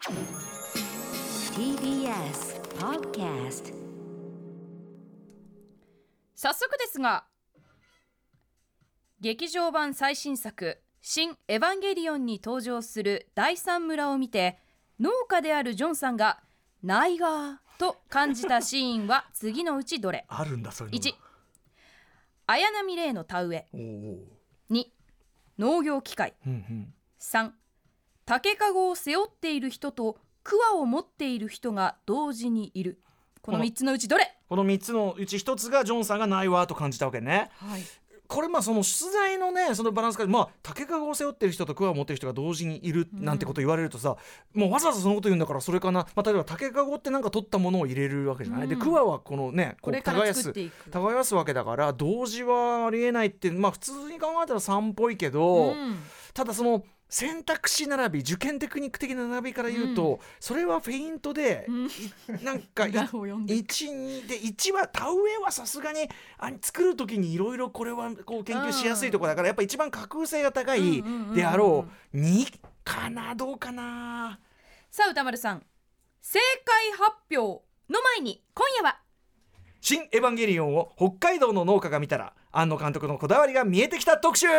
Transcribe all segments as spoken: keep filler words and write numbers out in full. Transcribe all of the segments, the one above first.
ティービーエス Podcast。 早速ですが、劇場版最新作新エヴァンゲリオンに登場する第三村を見て、農家であるジョンさんがないがーと感じたシーンは次のうちどれ？ あるんだ、そういうのが。 いち、綾波レイの田植え。 おうに、農業機械。 うんうん、 さん、竹かごを背負っている人と桑を持っている人が同時にいる。このみっつのうちどれ？ このみっつのうちひとつがジョンさんがないわと感じたわけね、 はい、 これまあその出題のねそのバランスから、まあ竹かごを背負ってる人と桑を持ってる人が同時にいるなんてこと言われるとさ、うん、もうわざわざそのこと言うんだからそれかな、まあ、例えば竹かごってなんか取ったものを入れるわけじゃない、うん、で桑はこのねこう耕す耕すわけだから同時はありえないって、まあ普通に考えたらさんっぽいけど、うん、ただその選択肢並び受験テクニック的な並びから言うと、うん、それはフェイントで、うん、なんかいち、にでいちは田植えはさすがにあ作る時にいろいろこれはこう研究しやすいところだからやっぱ一番架空性が高いであろうにかな、どうかな。 さあ歌丸さん、正解発表の前に今夜は新エヴァンゲリオンを北海道の農家が見たら庵野監督のこだわりが見えてきた特集。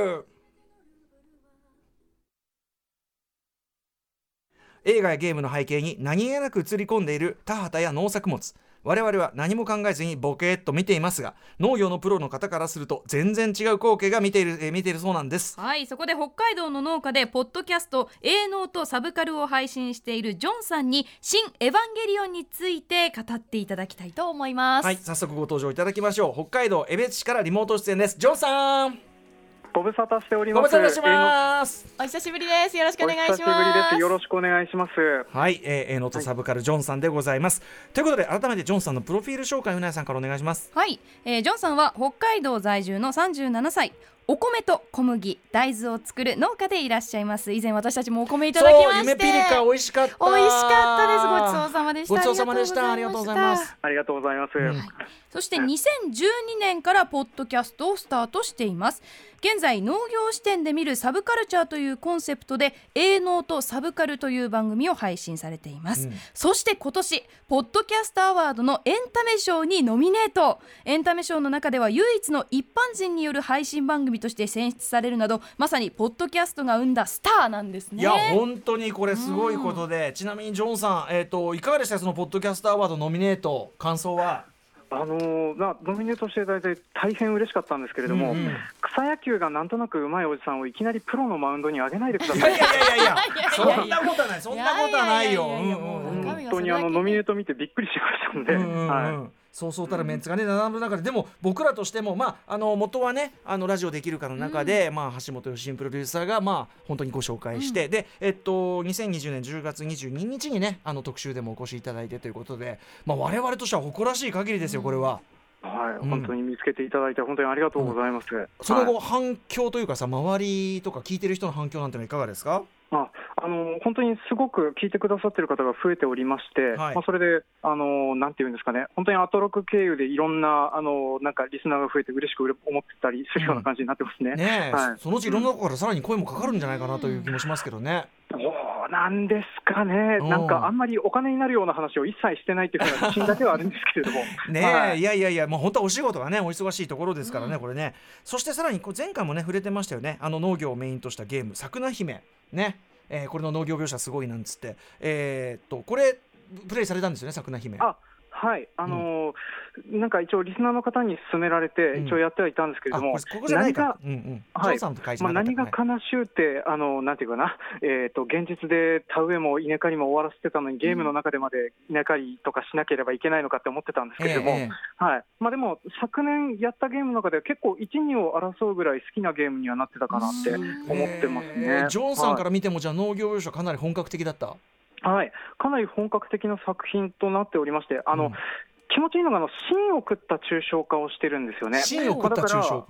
映画やゲームの背景に何気なく映り込んでいる田畑や農作物、我々は何も考えずにボケーっと見ていますが、農業のプロの方からすると全然違う光景が見ている、えー、見ているそうなんです。 はい、そこで北海道の農家でポッドキャスト営農とサブカルを配信しているジョンさんに新エヴァンゲリオンについて語っていただきたいと思います。 はい、早速ご登場いただきましょう。北海道江別市からリモート出演です。ジョンさん、 ご無沙汰しております。 ご無沙汰します。 お久しぶりです。よろしくお願いします。 お久しぶりです。よろしくお願いします。 はい、えー、営農とサブカルジョンさんでございます、はい、ということで改めてジョンさんのプロフィール紹介をうなやさんからお願いします。 はい、えー、ジョンさんは北海道在住のさんじゅうななさい、お米と小麦、大豆を作る農家でいらっしゃいます。以前私たちもお米いただきまして、 そう夢ピリカ美味しかった。 美味しかったです。ごちそうさまでした。 ごちそうさまでした。ありがとうございます。 ありがとうございます、うん、 そしてにせんじゅうにねんからポッドキャストをスタートしています。現在農業視点で見るサブカルチャーというコンセプトで営農とサブカルという番組を配信されています、うん、そして今年ポッドキャストアワードのエンタメ賞にノミネート。エンタメ賞の中では唯一の一般人による配信番組として選出されるなど、まさにポッドキャストが生んだスターなんですね。 いや本当にこれすごいことで、うん、ちなみにジョンさん、えーと、いかがでしたか、そのポッドキャストアワードノミネート感想は。 あのーまあ、ノミネートしていただいて大変嬉しかったんですけれども、うんうん、草野球がなんとなく上手いおじさんをいきなりプロのマウンドに上げないでください。 いやいやいやいやそんなことはない、そんなことはないよ。 本当にあのノミネート見てびっくりしましたので、うんうんうん、はい、そうそうたるメンツがね並ぶ中で、でも僕らとしても、まあ、あの元はねあのラジオできるかの中で、うん、まあ、橋本良信プロデューサーが、まあ、本当にご紹介して、うん、で、えっと、にせんにじゅうねんじゅうがつにじゅうににちにねあの特集でもお越しいただいてということで、まあ、我々としては誇らしい限りですよ、これは。 はい、うん、本当に見つけていただいて本当にありがとうございます、うん、 その後、はい、反響というかさ、周りとか聞いてる人の反響なんてのはいかがですか？ ああの本当にすごく聞いてくださっている方が増えておりまして、はい、まあ、それであのなんていうんですかね、本当にアトロク経由でいろんなあのなんかリスナーが増えて嬉しく思ってたりするような感じになってますね。うん、ね、 はい、そのうちいろんなところからさらに声もかかるんじゃないかなという気もしますけどね。 どうなんですかね、なんかあんまりお金になるような話を一切してないっていうふうな自信だけはあるんですけれどもね、はい、いやいやいや、もう本当はお仕事がねお忙しいところですからね、うん、これね。そしてさらに前回もね触れてましたよね、あの農業をメインとしたゲームさくな姫ね、えー、これの農業描写すごいなんつって、えー、っとこれプレイされたんですよね、さくな姫。 あ、はい、あのーうん、なんか一応リスナーの方に勧められて一応やってはいたんですけれども、うん、ここじゃないか、何が、うんうん、はい、まあ、何が悲しゅうて、あのなんていうかな、えー、と現実で田植えも稲刈りも終わらせてたのにゲームの中でまで稲刈りとかしなければいけないのかって思ってたんですけれども、えーはい、まあ、でも昨年やったゲームの中では結構いち、にを争うぐらい好きなゲームにはなってたかなって思ってますね。えー、 ジョンさんから見ても、はい、じゃあ農業描写かなり本格的だった？ はい、かなり本格的な作品となっておりまして、あの、うん、気持ちいいのがあの芯を食った抽象化をしてるんですよね。 芯を食った抽象化、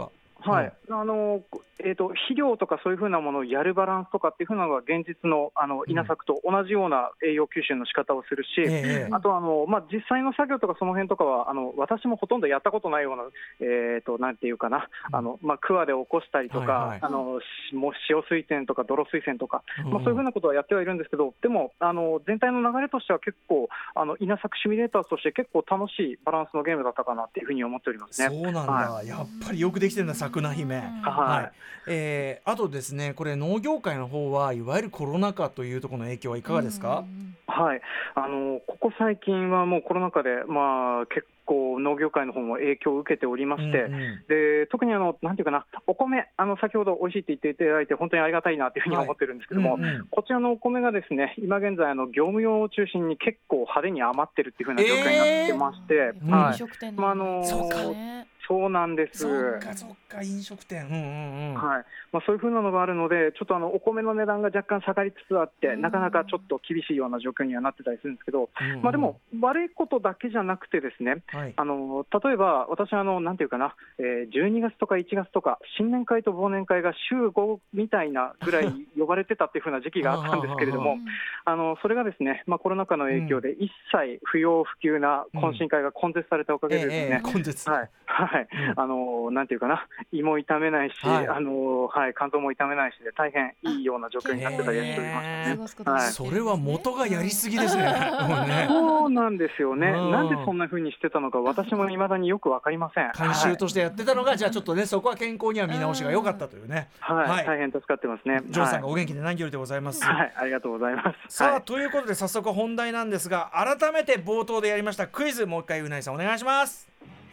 はい、あのえーと、肥料とかそういうふうなものをやるバランスとかっていうふうなのが現実の、あの稲作と同じような栄養吸収の仕方をするし、うん、あとあの、まあ、実際の作業とかその辺とかはあの私もほとんどやったことないような、えーと、なんていうかな、あの、まあ、桑で起こしたりとか、はいはい、あのもう塩水泉とか泥水泉とか、うん、まあ、そういうふうなことはやってはいるんですけど、でもあの全体の流れとしては結構あの稲作シミュレーターとして結構楽しいバランスのゲームだったかなっていうふうに思っておりますね。 そうなんだ、はい、やっぱりよくできてるんだ、さくな姫。はい、はい、えー、あとですね、これ農業界の方はいわゆるコロナ禍というところの影響はいかがですか？ はい、あのここ最近はもうコロナ禍で、まあ、結構農業界の方も影響を受けておりまして、うんうん、で特にあのなんていうかな、お米、あの先ほど美味しいって言っていただいて本当にありがたいなというふうに思ってるんですけども、はい、うんうん、こちらのお米がですね、今現在あの業務用を中心に結構派手に余ってるっていうふうな状況になってまして、えー、はい、飲食店の、まああのー、そうかね、そうなんです。 そうかそうか、飲食店、うんうんうん、 はい、まあ、そういうふうなのがあるので、ちょっとあのお米の値段が若干下がりつつあって、なかなかちょっと厳しいような状況にはなってたりするんですけど、うんうん、まあ、でも悪いことだけじゃなくてですね、はい、あの例えば私はあのなんていうかな、えー、じゅうにがつとかいちがつとか新年会と忘年会が週ごみたいなぐらい呼ばれてたっていうふうな時期があったんですけれどもあのそれがですね、まあ、コロナ禍の影響で一切不要不急な懇親会が根絶されたおかげでですね、うんえー、根絶、はいはい、うん、あのなんていうかな、胃も痛めないし、はい、あのはい、肝臓も痛めないしで大変いいような状況になってたりしておりましたね。はい、 それは元がやりすぎですね。ね、 そうなんですよね。なんでそんな風にしてたのか私も未だによく分かりません。 慣習としてやってたのが、はい、じゃあちょっとね、そこは健康には見直しが良かったというね、 はいはい、大変助かってますね。 ジョンさんがお元気で何よりでございます。 はい、ありがとうございます。 さあ、 はい、 ということで早速本題なんですが、改めて冒頭でやりましたクイズ、もう一回うないさんお願いします。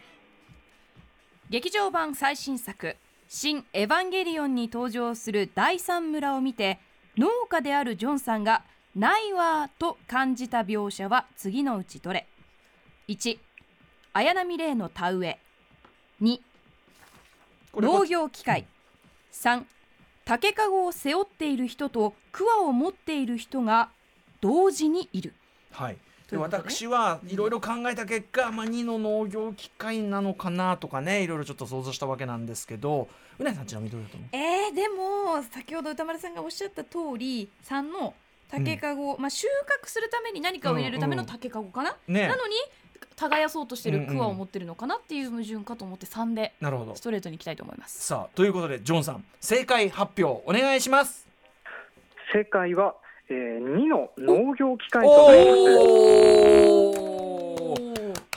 劇場版最新作新エヴァンゲリオンに登場する第三村を見て、農家であるジョンさんがないわーと感じた描写は次のうちどれ？ いち. 綾波レイの田植え、に. 農業機械、さん. 竹かごを背負っている人と桑を持っている人が同時にいる。 はい、で私はいろいろ考えた結果、まあ、にの農業機械なのかなとかね、いろいろちょっと想像したわけなんですけど、うなぎさんちなみにどうだと思う？ えー、でも先ほど歌丸さんがおっしゃった通りさんの竹かご、うん、まあ、収穫するために何かを入れるための竹かごかな、うんうん、ね、なのに耕そうとしてる桑を持ってるのかなっていう矛盾かと思ってさんでストレートにいきたいと思います。 さあ、ということでジョンさん、正解発表お願いします。 正解はえー、にの農業機械となります。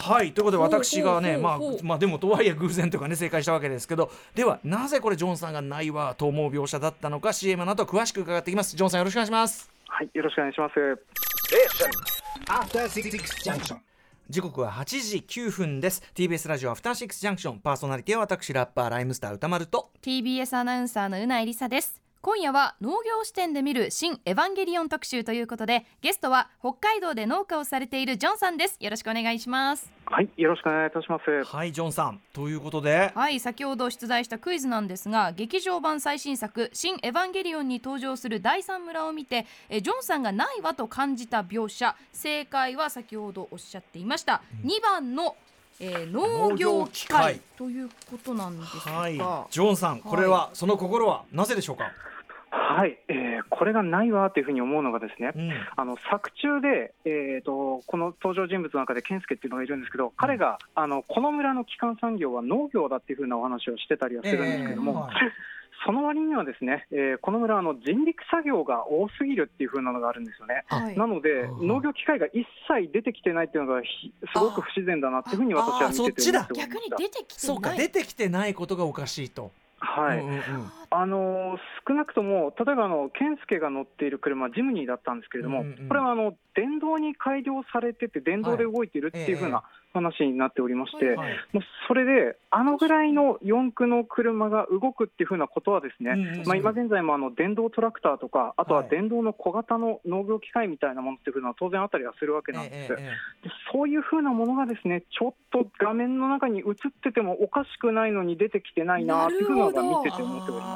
はい、ということで私がね、まあ、まあでもとはいえ偶然というかね、正解したわけですけど、ではなぜこれジョンさんがないわと思う描写だったのか シーエム の後詳しく伺っていきます。ジョンさんよろしくお願いします。 はい、よろしくお願いします。 時刻ははちじきゅうふんです。 ティービーエス ラジオアフターシックスジャンクション、パーソナリティは私ラッパーライムスター歌丸とティービーエス アナウンサーのうないりさです。今夜は農業視点で見る新エヴァンゲリオン特集ということで、ゲストは北海道で農家をされているジョンさんです。よろしくお願いします。 はい、よろしくお願いいたします。 はい、ジョンさん、ということで、 はい、先ほど出題したクイズなんですが、劇場版最新作新エヴァンゲリオンに登場する第三村を見て、えジョンさんがないわと感じた描写、正解は先ほどおっしゃっていました、うん、にばんのえー、農業機械ということなんですが、はい、 ジョンさん、これは、はい、その心はなぜでしょうか？ はい、えー、これがないわというふうに思うのがですね、うん、あの作中で、えー、とこの登場人物の中で健介っていうのがいるんですけど、うん、彼があのこの村の基幹産業は農業だっていうふうなお話をしてたりはするんですけども、えーはい、その割にはですね、えー、この村はあの人力作業が多すぎるっていう風なのがあるんですよね。はい、なので農業機械が一切出てきてないっていうのがすごく不自然だなっていうふうに私は見てて思いました。 逆に出てきてない、 そうか、出てきてないことがおかしいと。 はい、うんうんうん、あの少なくとも例えばあの健介が乗っている車ジムニーだったんですけれども、うんうん、これはあの電動に改良されてて電動で動いているっていう風な話になっておりまして、はい、もうそれであのぐらいの四駆の車が動くっていう風なことはですね、うんうんうん、まあ、今現在もあの電動トラクターとかあとは電動の小型の農業機械みたいなものっていう風なのは当然あったりはするわけなんです、ええええ、でそういう風なものがですねちょっと画面の中に映っててもおかしくないのに出てきてないなっていう風なのが見てて思っておりました。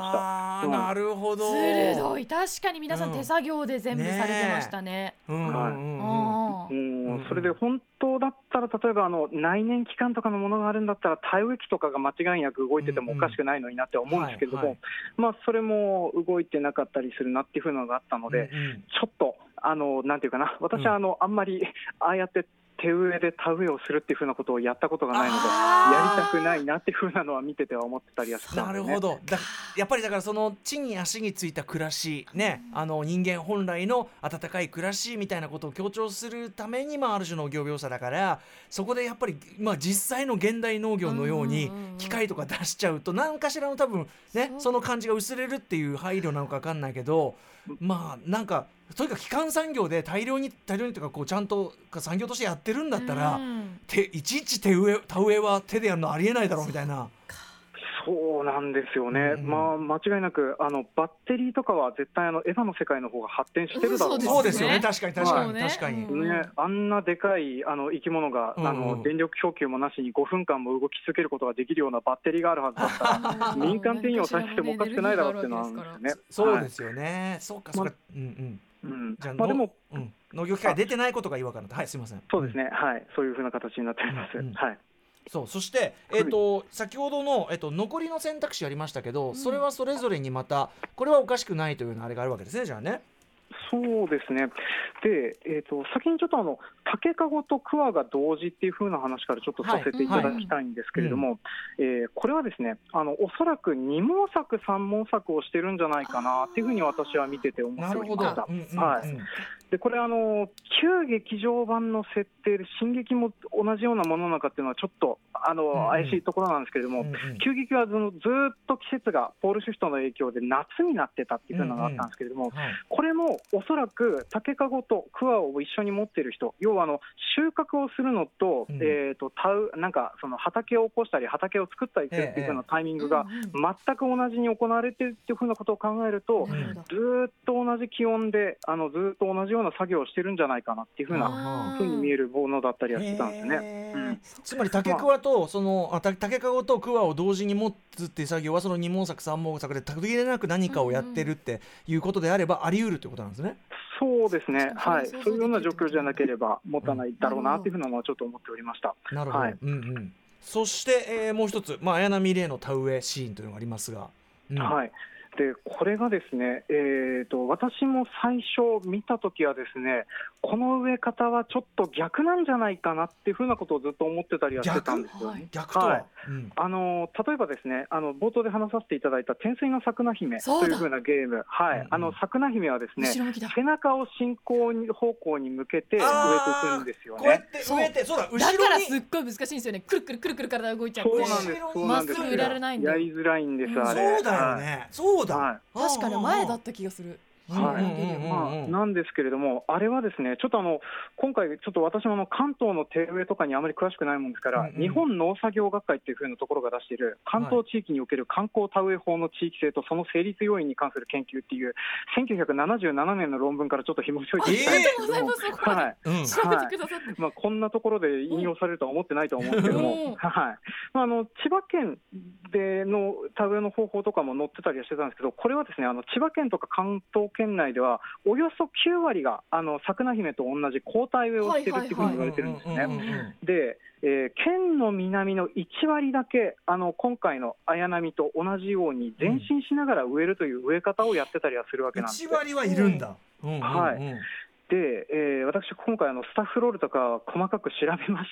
あ、うん、なるほど。 鋭い。確かに皆さん手作業で全部されてましたね。 うん、はい、うんうん、それで本当だったら例えばあの内燃機関とかのものがあるんだったら田植え機とかが間違いなく動いててもおかしくないのになって思うんですけれども、はいはい、まあ、それも動いてなかったりするなっていう風なのがあったので、うんうん、ちょっとあのなんていうかな、私はあの、うん、あんまりああやって手植えで田植えをするっていう風なことをやったことがないので、やりたくないなっていう風なのは見てては思ってたりはしたんですね。 なるほど。だやっぱりだからその地に足についた暮らしね、あの人間本来の温かい暮らしみたいなことを強調するために、まあ、ある種の農業描写だから、そこでやっぱり、まあ、実際の現代農業のように機械とか出しちゃうと何かしらの多分ね、その感じが薄れるっていう配慮なのか分かんないけど、まあなんかとにかく基幹産業で大量に大量にというかこうちゃんと産業としてやってるんだったら、うん、手いちいち手植え田植えは手でやるのありえないだろうみたいな。 そうなんですよね、うん、まあ、間違いなくあのバッテリーとかは絶対あのエヴァの世界の方が発展してるだろうな、 そうですよね、確かに確かに、はい、確かに、 ね、あんなでかいあの生き物が、うん、あの電力供給もなしにごふんかんも動き続けることができるようなバッテリーがあるはずだったら民間転用させてもおかしくないだろうっていうのはあるんですよね。 そうですよね、はい、そうかそうか、ま、うんうん、うん、じゃあ、まあ、でも、うん、農業機械出てないことが違和感だった。はい、すみません。 そうですね、はい、そういう風な形になっております、うんうん、はい。 そう、そして、えーとはい、先ほどの、えーと、残りの選択肢ありましたけど、うん、それはそれぞれにまたこれはおかしくないというようなあれがあるわけですね、じゃあね。 そうですね。で、えーと、先にちょっとあの竹かごと桑が同時っていう風な話からちょっとさせていただきたいんですけれども、はいはい、えー、これはですね、あのおそらくに毛作さん毛作をしてるんじゃないかなっていう風に私は見てて思っておりました。うんうん、はい。でこれあの旧劇場版の設定で進撃も同じようなものなのかっていうのはちょっとあの、うんうん、怪しいところなんですけれども、うんうん、旧劇はずずっと季節がポールシフトの影響で夏になってたっていうのがあったんですけれども、うんうん、はい、これもおそらく竹かごと桑を一緒に持っている人、要はあの収穫をするのと、うん、えーと田うなんかその畑を起こしたり畑を作ったりするっていう風なタイミングが全く同じに行われているっていう風なことを考えると、うん、ずっと同じ気温であのずっと同じような作業をしてるんじゃないかなっていう風な風に見えるものだったりはしてたんですね。うん、 つまり竹桑とそのあ竹かごと桑を同時に持つっていう作業はそのに毛作さん毛作で途切れなく何かをやってるっていうことであればあり得るということなんですね。 そうですね、はい、そういうような状況じゃなければ持たないだろうなというふうなのはちょっと思っておりました。 なるほど、はい、うんうん、そして、えー、もう一つ、まあ、綾波レイの田植えシーンというのがありますが、うん、はい、 でこれがですね、えー、と私も最初見たときはですね、この植え方はちょっと逆なんじゃないかなっていうふうなことをずっと思ってたりはしてたんですよね。 逆、はい、逆とは、はい、 うん、あの例えばですね、あの冒頭で話させていただいた天水の桜姫というふうなゲーム、はい、うんうん、あの桜姫はですね、背中を進行方向に向けて植えていくんですよね。 こうやって植えて、そうだ、後ろにだからすっごい難しいんですよね。くるくるくるくる体動いちゃって、 そうなんです、そうなんです、 まっすぐ売られないんでやりづらいんです、あれ。 そうだよね、そうだ、 はい、確かに前だった気がする。 はい、まあ、なんですけれども、あれはですね、ちょっとあの今回ちょっと私もあの関東の手植えとかにあまり詳しくないもんですから、うんうん、日本農作業学会っていう風なところが出している関東地域における観光田植え法の地域性とその成立要因に関する研究っていうせんきゅうひゃくななじゅうななねんの論文からちょっと紐解いていきたいんですけども、まあこんなところで引用されるとは思ってないと思うんですけども、はい、まあ、あの千葉県での田植えの方法とかも載ってたりはしてたんですけど、これはですね、あの千葉県とか関東県内ではおよそきゅうわりがあの桜姫と同じ交代植えをしているっていうふうに言われてるんですね。で、えー、県の南のいちわりだけあの今回の綾波と同じように前進しながら植えるという植え方をやってたりはするわけなんです。 いちわりはいるんだ、うんうんうん、 はい。で、えー、私今回あのスタッフロールとか細かく調べまして、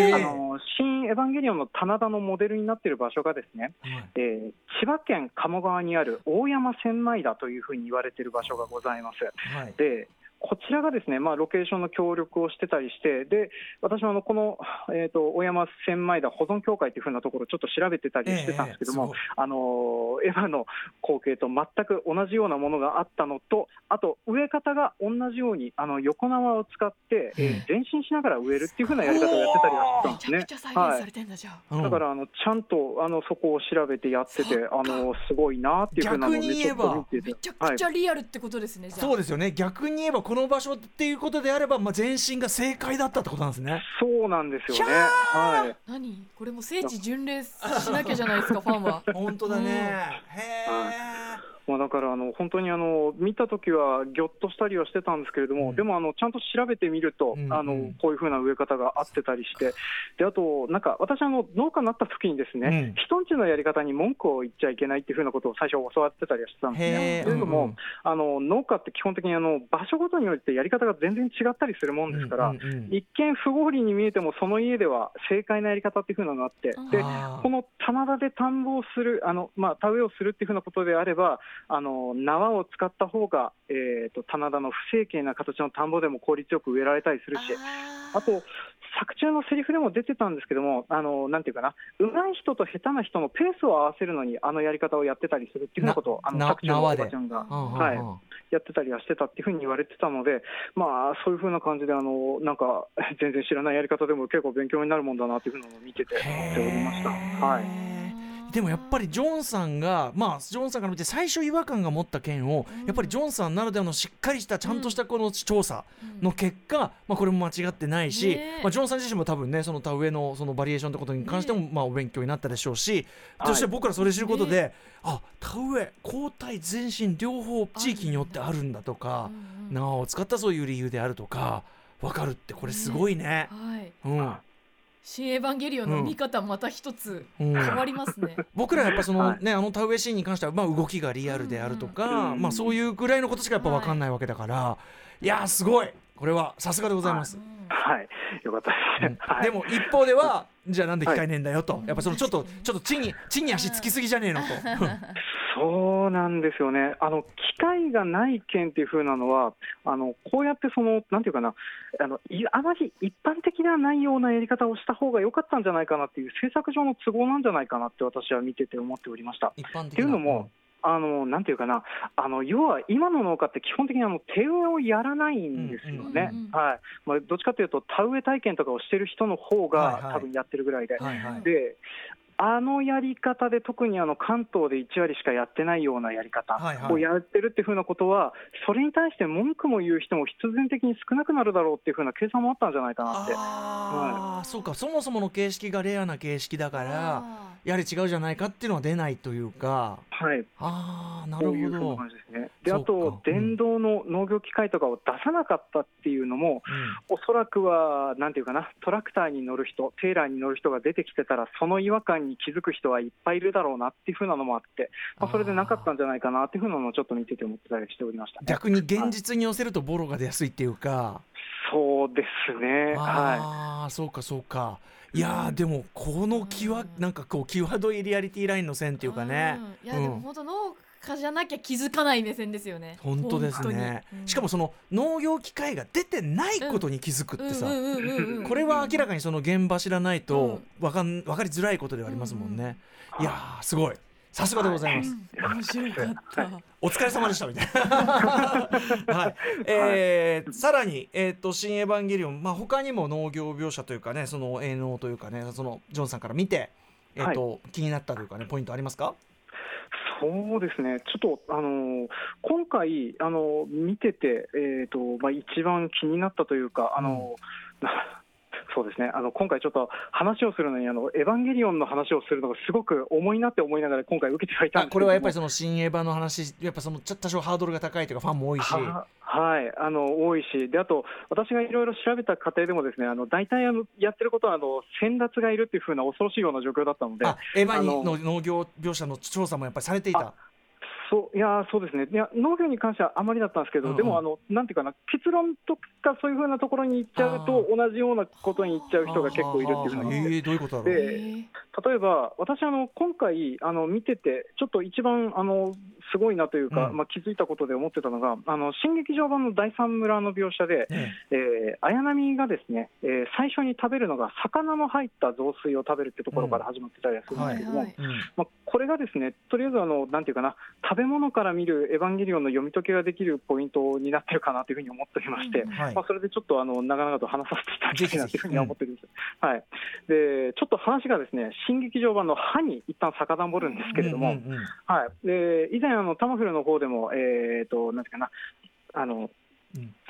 えー、あの新エヴァンゲリオンの棚田のモデルになっている場所がですね、はい、えー、千葉県鴨川にある大山千枚田というふうに言われている場所がございます。はい、でこちらがですね、まあ、ロケーションの協力をしてたりして、で私もあのこの、えーと、大山千枚田保存協会というふうなところをちょっと調べてたりしてたんですけども、えー、あのエヴァの光景と全く同じようなものがあったのと、あと植え方が同じようにあの横縄を使って、えー、前進しながら植えるっていうふうなやり方をやってたりはしてたんですね。 めちゃくちゃ再現されてんだ、じゃあ。 はい、だからあのちゃんとあのそこを調べてやってて、あのすごいなっていうふうなのでちょっと見てて、 めちゃくちゃリアルってことですね。 はい、そうですよね。逆に言えばここの場所っていうことであれば、まあ、全身が正解だったってことなんですね。 そうなんですよね。はい、 何これも聖地巡礼しなきゃじゃないですかファンは。 本当だね、うん、へー、 まあ、だからあの本当にあの見たときはぎょっとしたりはしてたんですけれども、うん、でもあのちゃんと調べてみると、うんうん、あのこういう風な植え方があってたりして、であとなんか私あの農家になったときにですね、うん、人んちのやり方に文句を言っちゃいけないっていう風なことを最初教わってたりはしてたんですね。というのも、うんうん、あの農家って基本的にあの場所ごとによってやり方が全然違ったりするもんですから、うんうんうん、一見不合理に見えてもその家では正解なやり方っていう風なのがあって、でこの棚田で田んぼをするあの、まあ、田植えをするっていう風なことであれば、あの縄を使った方が、えー、と棚田の不整形な形の田んぼでも効率よく植えられたりするし、あと作中のセリフでも出てたんですけども、あのなんていうかな、上手い人と下手な人のペースを合わせるのにあのやり方をやってたりするっていうふうなことをあの作中のおばちゃんが、はい、やってたりはしてたっていうふうに言われてたので、まあそういうふうな感じであのなんか全然知らないやり方でも結構勉強になるもんだなっていうふうなのを見てて思っておりました。はい。 でもやっぱりジョンさんが、まあ、ジョンさんから見て最初違和感が持った件を、うん、やっぱりジョンさんならではのしっかりしたちゃんとしたこの調査の結果、うんまあ、これも間違ってないし、ねまあ、ジョンさん自身も多分ねその田植え の, そのバリエーションってことに関しても、ねまあ、お勉強になったでしょうし、はい、そして僕らそれ知ることで、ね、あ田植え交代全身両方地域によってあるんだとか、うんうん、縄を使ったそういう理由であるとか分かるってこれすごいね、ねはいうん新エヴァンゲリオンの見方また一つ変わりますね、うん、 僕らやっぱそのねあの田植えシーンに関してはまあ動きがリアルであるとか、うんうん、まあそういうぐらいのことしかやっぱ分かんないわけだから、はい、いやーすごいこれはさすがでございます、 はい、よかったですね、うんはい、 でも一方ではじゃあなんで機械ねえんだよと、はい、やっぱそのちょっとちょっと地に地に足つきすぎじゃねえのとそうなんですよね。あの機械がない件っていう風なのはあのこうやってそのなんていうかなあのあまり一般的ではないようなやり方をした方が良かったんじゃないかなっていう制作上の都合なんじゃないかなって私は見てて思っておりました。 一般的なっていうのも、うん、あのなんていうかなあの要は今の農家って基本的にあの手植えをやらないんですよね、うんうんうんはいまあ、どっちかというと田植え体験とかをしてる人の方が、はいはい、多分やってるぐらいで、はいはい、であのやり方で特にあの関東でいち割しかやってないようなやり方をやってるっていうふうなことは、はいはい、それに対して文句も言う人も必然的に少なくなるだろうっていうふうな計算もあったんじゃないかなって。 あ、はい、そうかそもそもの形式がレアな形式だからやはり違うじゃないかっていうのは出ないというか、 はい、 あなるほどそういうふうな感じですね。 であと電動の農業機械とかを出さなかったっていうのも、うん、おそらくはなんていうかなトラクターに乗る人テーラーに乗る人が出てきてたらその違和感に気づく人はいっぱいいるだろうなっていう風なのもあって、まあ、それでなかったんじゃないかなっていう風なのをちょっと見てて思ってたりしておりました、ね、 逆に現実に寄せるとボロが出やすいっていうか、 そうですね。 あ、 はい、 そうかそうか。いやでもこの際なんかこう際どいリアリティラインの線っていうかね、 いやでも本当農家じゃなきゃ気づかない目線ですよね。 本当ですね、うん、しかもその農業機械が出てないことに気づくってさ、これは明らかにその現場知らないと分かん、分かりづらいことではありますもんね、うんうん、いやーすごいさすがでございます、 はい、面白かったお疲れ様でしたみたいな、はいえー、さらに、えーと、新エヴァンゲリオン、まあ、他にも農業描写というかねその営農というかねそのジョンさんから見て、えーとはい、気になったというかねポイントありますか？ そうですね、ちょっと、あのー、今回、あのー、見てて、えーとまあ、一番気になったというか、あのーうんそうですね、あの今回ちょっと話をするのにあのエヴァンゲリオンの話をするのがすごく重いなって思いながら今回受けてはいたんですけど、 これはやっぱりその新エヴァの話やっぱそのちょっと多少ハードルが高いというかファンも多いし、 は、はい、あの多いしであと私がいろいろ調べた過程でもですねあの大体あのやってることはあの先達がいるっていう風な恐ろしいような状況だったので、 あエヴァにの農業描写の調査もやっぱりされていた。 そういやそうですね、いや農業に関してはあまりだったんですけど、うんうん、でもあのなんていうかな結論とかそういう風なところに行っちゃうと同じようなことに行っちゃう人が結構いるっていうのが、 えー、どういうことだろう。 で例えば私あの今回あの見ててちょっと一番あのすごいなというか、うんまあ、気づいたことで思ってたのがあの新劇場版の第三村の描写で、うんえー、綾波がですね、えー、最初に食べるのが魚の入った雑炊を食べるってところから始まってたりするんですけども、うんはいはいまあ、これがですねとりあえずあのなんていうかな食べ物から見るエヴァンゲリオンの読み解きができるポイントになってるかなというふうに思っておりまして、うんはいまあ、それでちょっとあの長々と話させていただきたいなというふうに思ってるんです、うんはい、でちょっと話がですね新劇場版の歯に一旦遡るんですけれども、うんうんうんはい、で以前あのタマフルの方でも、えー、となんていうかなあの、うん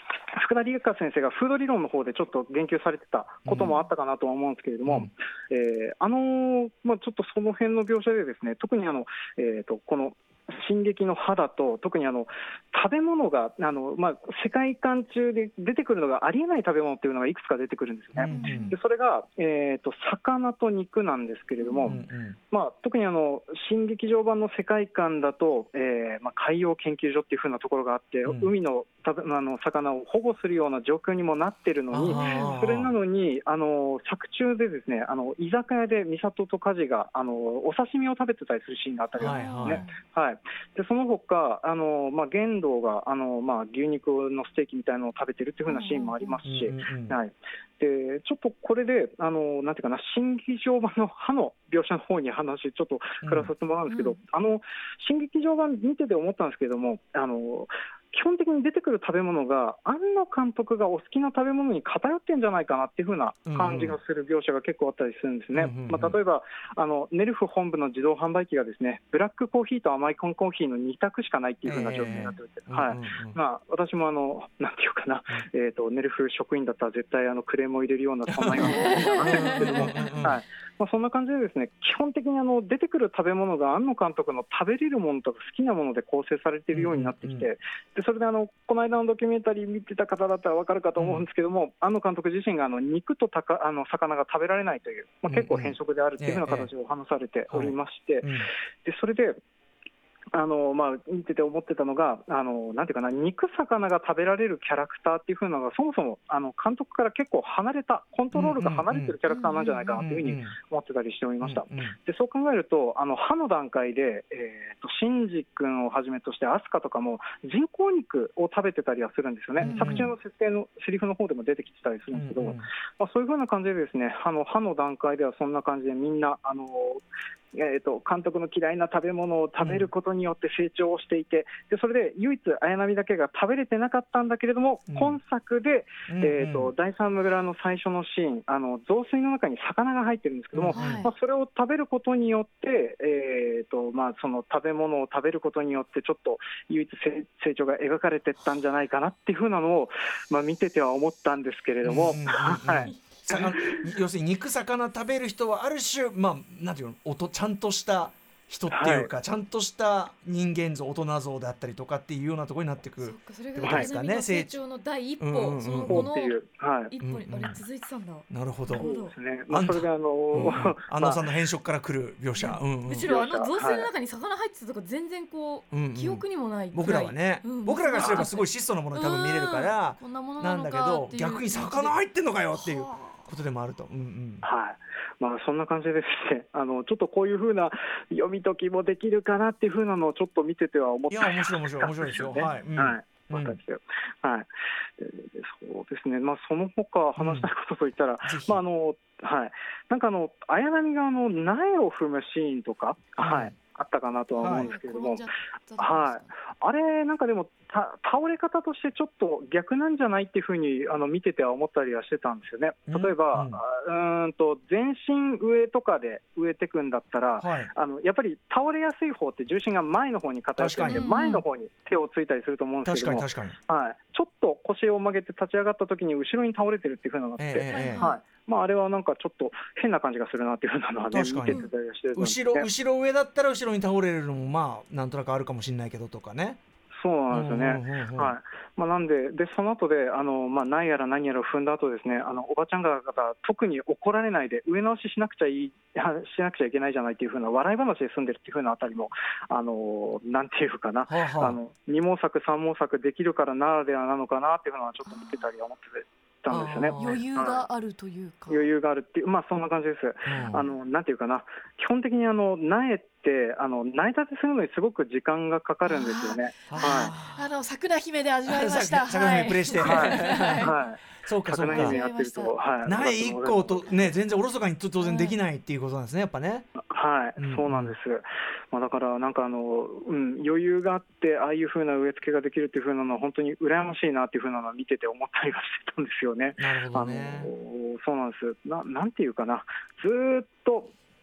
福田理香先生が風土理論の方でちょっと言及されてたこともあったかなとは思うんですけれども、うんえーあのーまあ、ちょっとその辺の描写でですね、特にあの、えー、とこの進撃の歯だと特にあの食べ物があの、まあ、世界観中で出てくるのがありえない食べ物っていうのがいくつか出てくるんですよね、うんうん、でそれが、えー、と魚と肉なんですけれども、うんうんまあ、特にあの新劇場版の世界観だと、えーまあ、海洋研究所っていう風なところがあって、うん、海のたあの魚を保護するような状況にもなってるのに、それなのにあの作中でですねあの居酒屋で美里と梶があのお刺身を食べてたりするシーンがあったりするんですね、はいはいはいでその他あの、まあ、玄道があの、まあ、牛肉のステーキみたいなのを食べてるっていう風なシーンもありますし、はい、でちょっとこれであのなんていうかな新劇場版の歯の描写の方に話ちょっと振らさせてもらうんですけど、うんうん、あの新劇場版見てて思ったんですけれどもあの基本的に出てくる食べ物が庵野監督がお好きな食べ物に偏ってんじゃないかなっていう風な感じがする描写が結構あったりするんですね、うんうんまあ、例えばあのネルフ本部の自動販売機がですねブラックコーヒーと甘いコンコーヒーのに択しかないっていう風な状況になっていて、えーはいまあ、私もあのなんていうかな、えーと、ネルフ職員だったら絶対あのクレームを入れるようなそんなようななんですけども、はいまあ、そんな感じでですね基本的にあの出てくる食べ物が庵野監督の食べれるものとか好きなもので構成されているようになってきて、うんうんでそれであのこの間のドキュメンタリー見てた方だったら分かるかと思うんですけども、庵野監督自身があの肉とたかあの魚が食べられないという、まあ、結構変色であるというような形を話されておりまして、でそれであのまあ、見てて思ってたのがあのなんていうかな肉魚が食べられるキャラクターっていう風なのがそもそもあの監督から結構離れたコントロールが離れてるキャラクターなんじゃないかなという風に思ってたりしておりました。でそう考えるとあの歯の段階で、えー、とシンジ君をはじめとしてアスカとかも人工肉を食べてたりはするんですよね、うんうん、作中の設定のセリフの方でも出てきてたりするんですけど、うんうんまあ、そういう風な感じでですねあの歯の段階ではそんな感じでみんなあのえー、と監督の嫌いな食べ物を食べることによって成長をしていて、でそれで唯一綾波だけが食べれてなかったんだけれども、うん、今作で、えーとうんうん、第三村の最初のシーンあの雑炊の中に魚が入ってるんですけども、はいまあ、それを食べることによって、えーとまあ、その食べ物を食べることによってちょっと唯一成長が描かれてったんじゃないかなっていう風なのを、まあ、見てては思ったんですけれども、うんうんうんはい要するに肉魚食べる人はある種、まあ、なんていうの音ちゃんとした人っていうか、はい、ちゃんとした人間像大人像であったりとかっていうようなところになってくるってことですかね。 成長の第一歩、うんうんうん、その後の一歩に、うんうん、あれ続いてたんだ。 なるほど。 そうですね。まあ、それであのー、 安野さんの変色から来る描写、うんうん、 むしろあの雑炊の中に魚入ってたとか全然こう、うんうん、記憶にもないくらい。 僕らはね、うん、僕らがすればすごい質素なものに多分見れるから、 こんなものなんだけど逆に魚入ってんのかよっていうことでもあると。うんうん、 はい。まあ、そんな感じでですね、あのちょっとこういう風な読み解きもできるかなっていう風なのをちょっと見てては思っていや面白い面白い面白いですよ。はい。うん、 はい。うん、はい。でそうですね。まあその他話したいことといったら、うん、まああのはい。なんかあの綾波があの苗を踏むシーンとか、うん、はい。あったかなとは思うんですけれども、はい、はい、あれなんかでもた倒れ方としてちょっと逆なんじゃないっていうふうにあの見てては思ったりはしてたんですよね。例えば、うん、うんと全身上とかで植えていくんだったら、はい、あのやっぱり倒れやすい方って重心が前の方に偏っていて前の方に手をついたりすると思うんですけども、 確かに確かに、 はい、ちょっと腰を曲げて立ち上がった時に後ろに倒れてるっていうふうなのがあって、えーはいまあ、あれはなんかちょっと変な感じがするなっていうふうなのはね見ててたりしてるんですね。 後ろ後ろ上だったら後ろに倒れるのもまあなんとなくあるかもしれないけどとかね。 そうなんですよね。はい。まあなんででその後であのまあ何やら何やら踏んだ後ですね、あのおばちゃんが方特に怒られないで上直ししなくちゃいいしなくちゃいけないじゃないっていうふうな笑い話で済んでるっていうふうなあたりもあのなんていうかな、はあはあ、あの二毛作三毛作できるからならではなのかなっていうのはちょっと見てたり思ってて。んですよね、 余裕があるというか、 余裕があるっていう、まあそんな感じです。うん、あのなんていうかな、基本的にあの苗ってあの苗立てするのにすごく時間がかかるんですよね。 はい。あの桜姫で味わいました。 桜姫プレイして、はいはい。はいそうかそうか。苗一個とね全然おろそかに当然できないっていうことなんですねやっぱね。 はい、うん、そうなんです。まあだからなんかあの、うん、余裕があってああいう風な植え付けができるっていう風なのは本当に羨ましいなっていう風なのを見てて思ったりはしてたんですよね。 なるほどね。 あのそうなんです。ななんていうかな、ずっと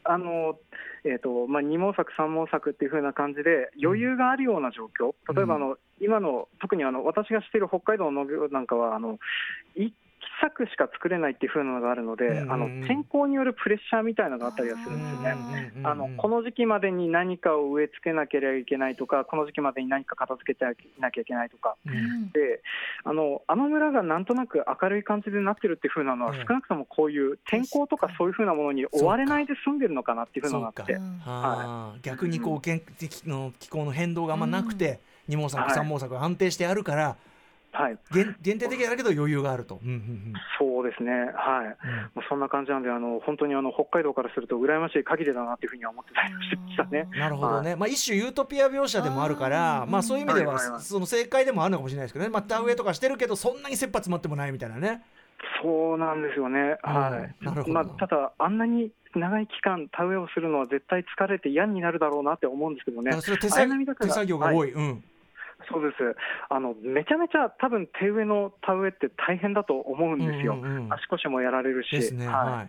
あのえーとまあ、に毛作さん毛作っていう風な感じで余裕があるような状況、うん、例えばあの、今の特にあの私が知っている北海道の農業なんかはあの一作しか作れないっていう風なのがあるので、うんうんうん、あの天候によるプレッシャーみたいなのがあったりはするんですよね。あのこの時期までに何かを植え付けなければいけないとか、この時期までに何か片付けてなきゃいけないとか、うん、であのあの村がなんとなく明るい感じでなってるっていう風なのは、うん、少なくともこういう天候とかそういう風なものに追われないで済んでるのかなっていう風なのがあって、 はい、逆にこう天気の気候の変動があんまなくて、うん、に毛作さん毛作が安定してあるから、はい、限, 限定的だけど余裕があると、うんうんうん、 そうですね、はい、うん、そんな感じなんで、あの本当にあの北海道からすると羨ましい限りだなというふうには思ってたりしましたね。 なるほどね、はい、まあ、一種ユートピア描写でもあるから、あ、まあ、そういう意味では、はいはいはい、その正解でもあるのかもしれないですけどね、まあ、田植えとかしてるけどそんなに切羽詰まってもないみたいなね。 そうなんですよね、はい、なるほど、まあ、ただあんなに長い期間田植えをするのは絶対疲れて嫌になるだろうなって思うんですけどね。 それ手作手作業が多い、はい、うん、 そうです。あのめちゃめちゃ多分手植えの田植えって大変だと思うんですよ、うんうんうん、足腰もやられるしですね、はいはい、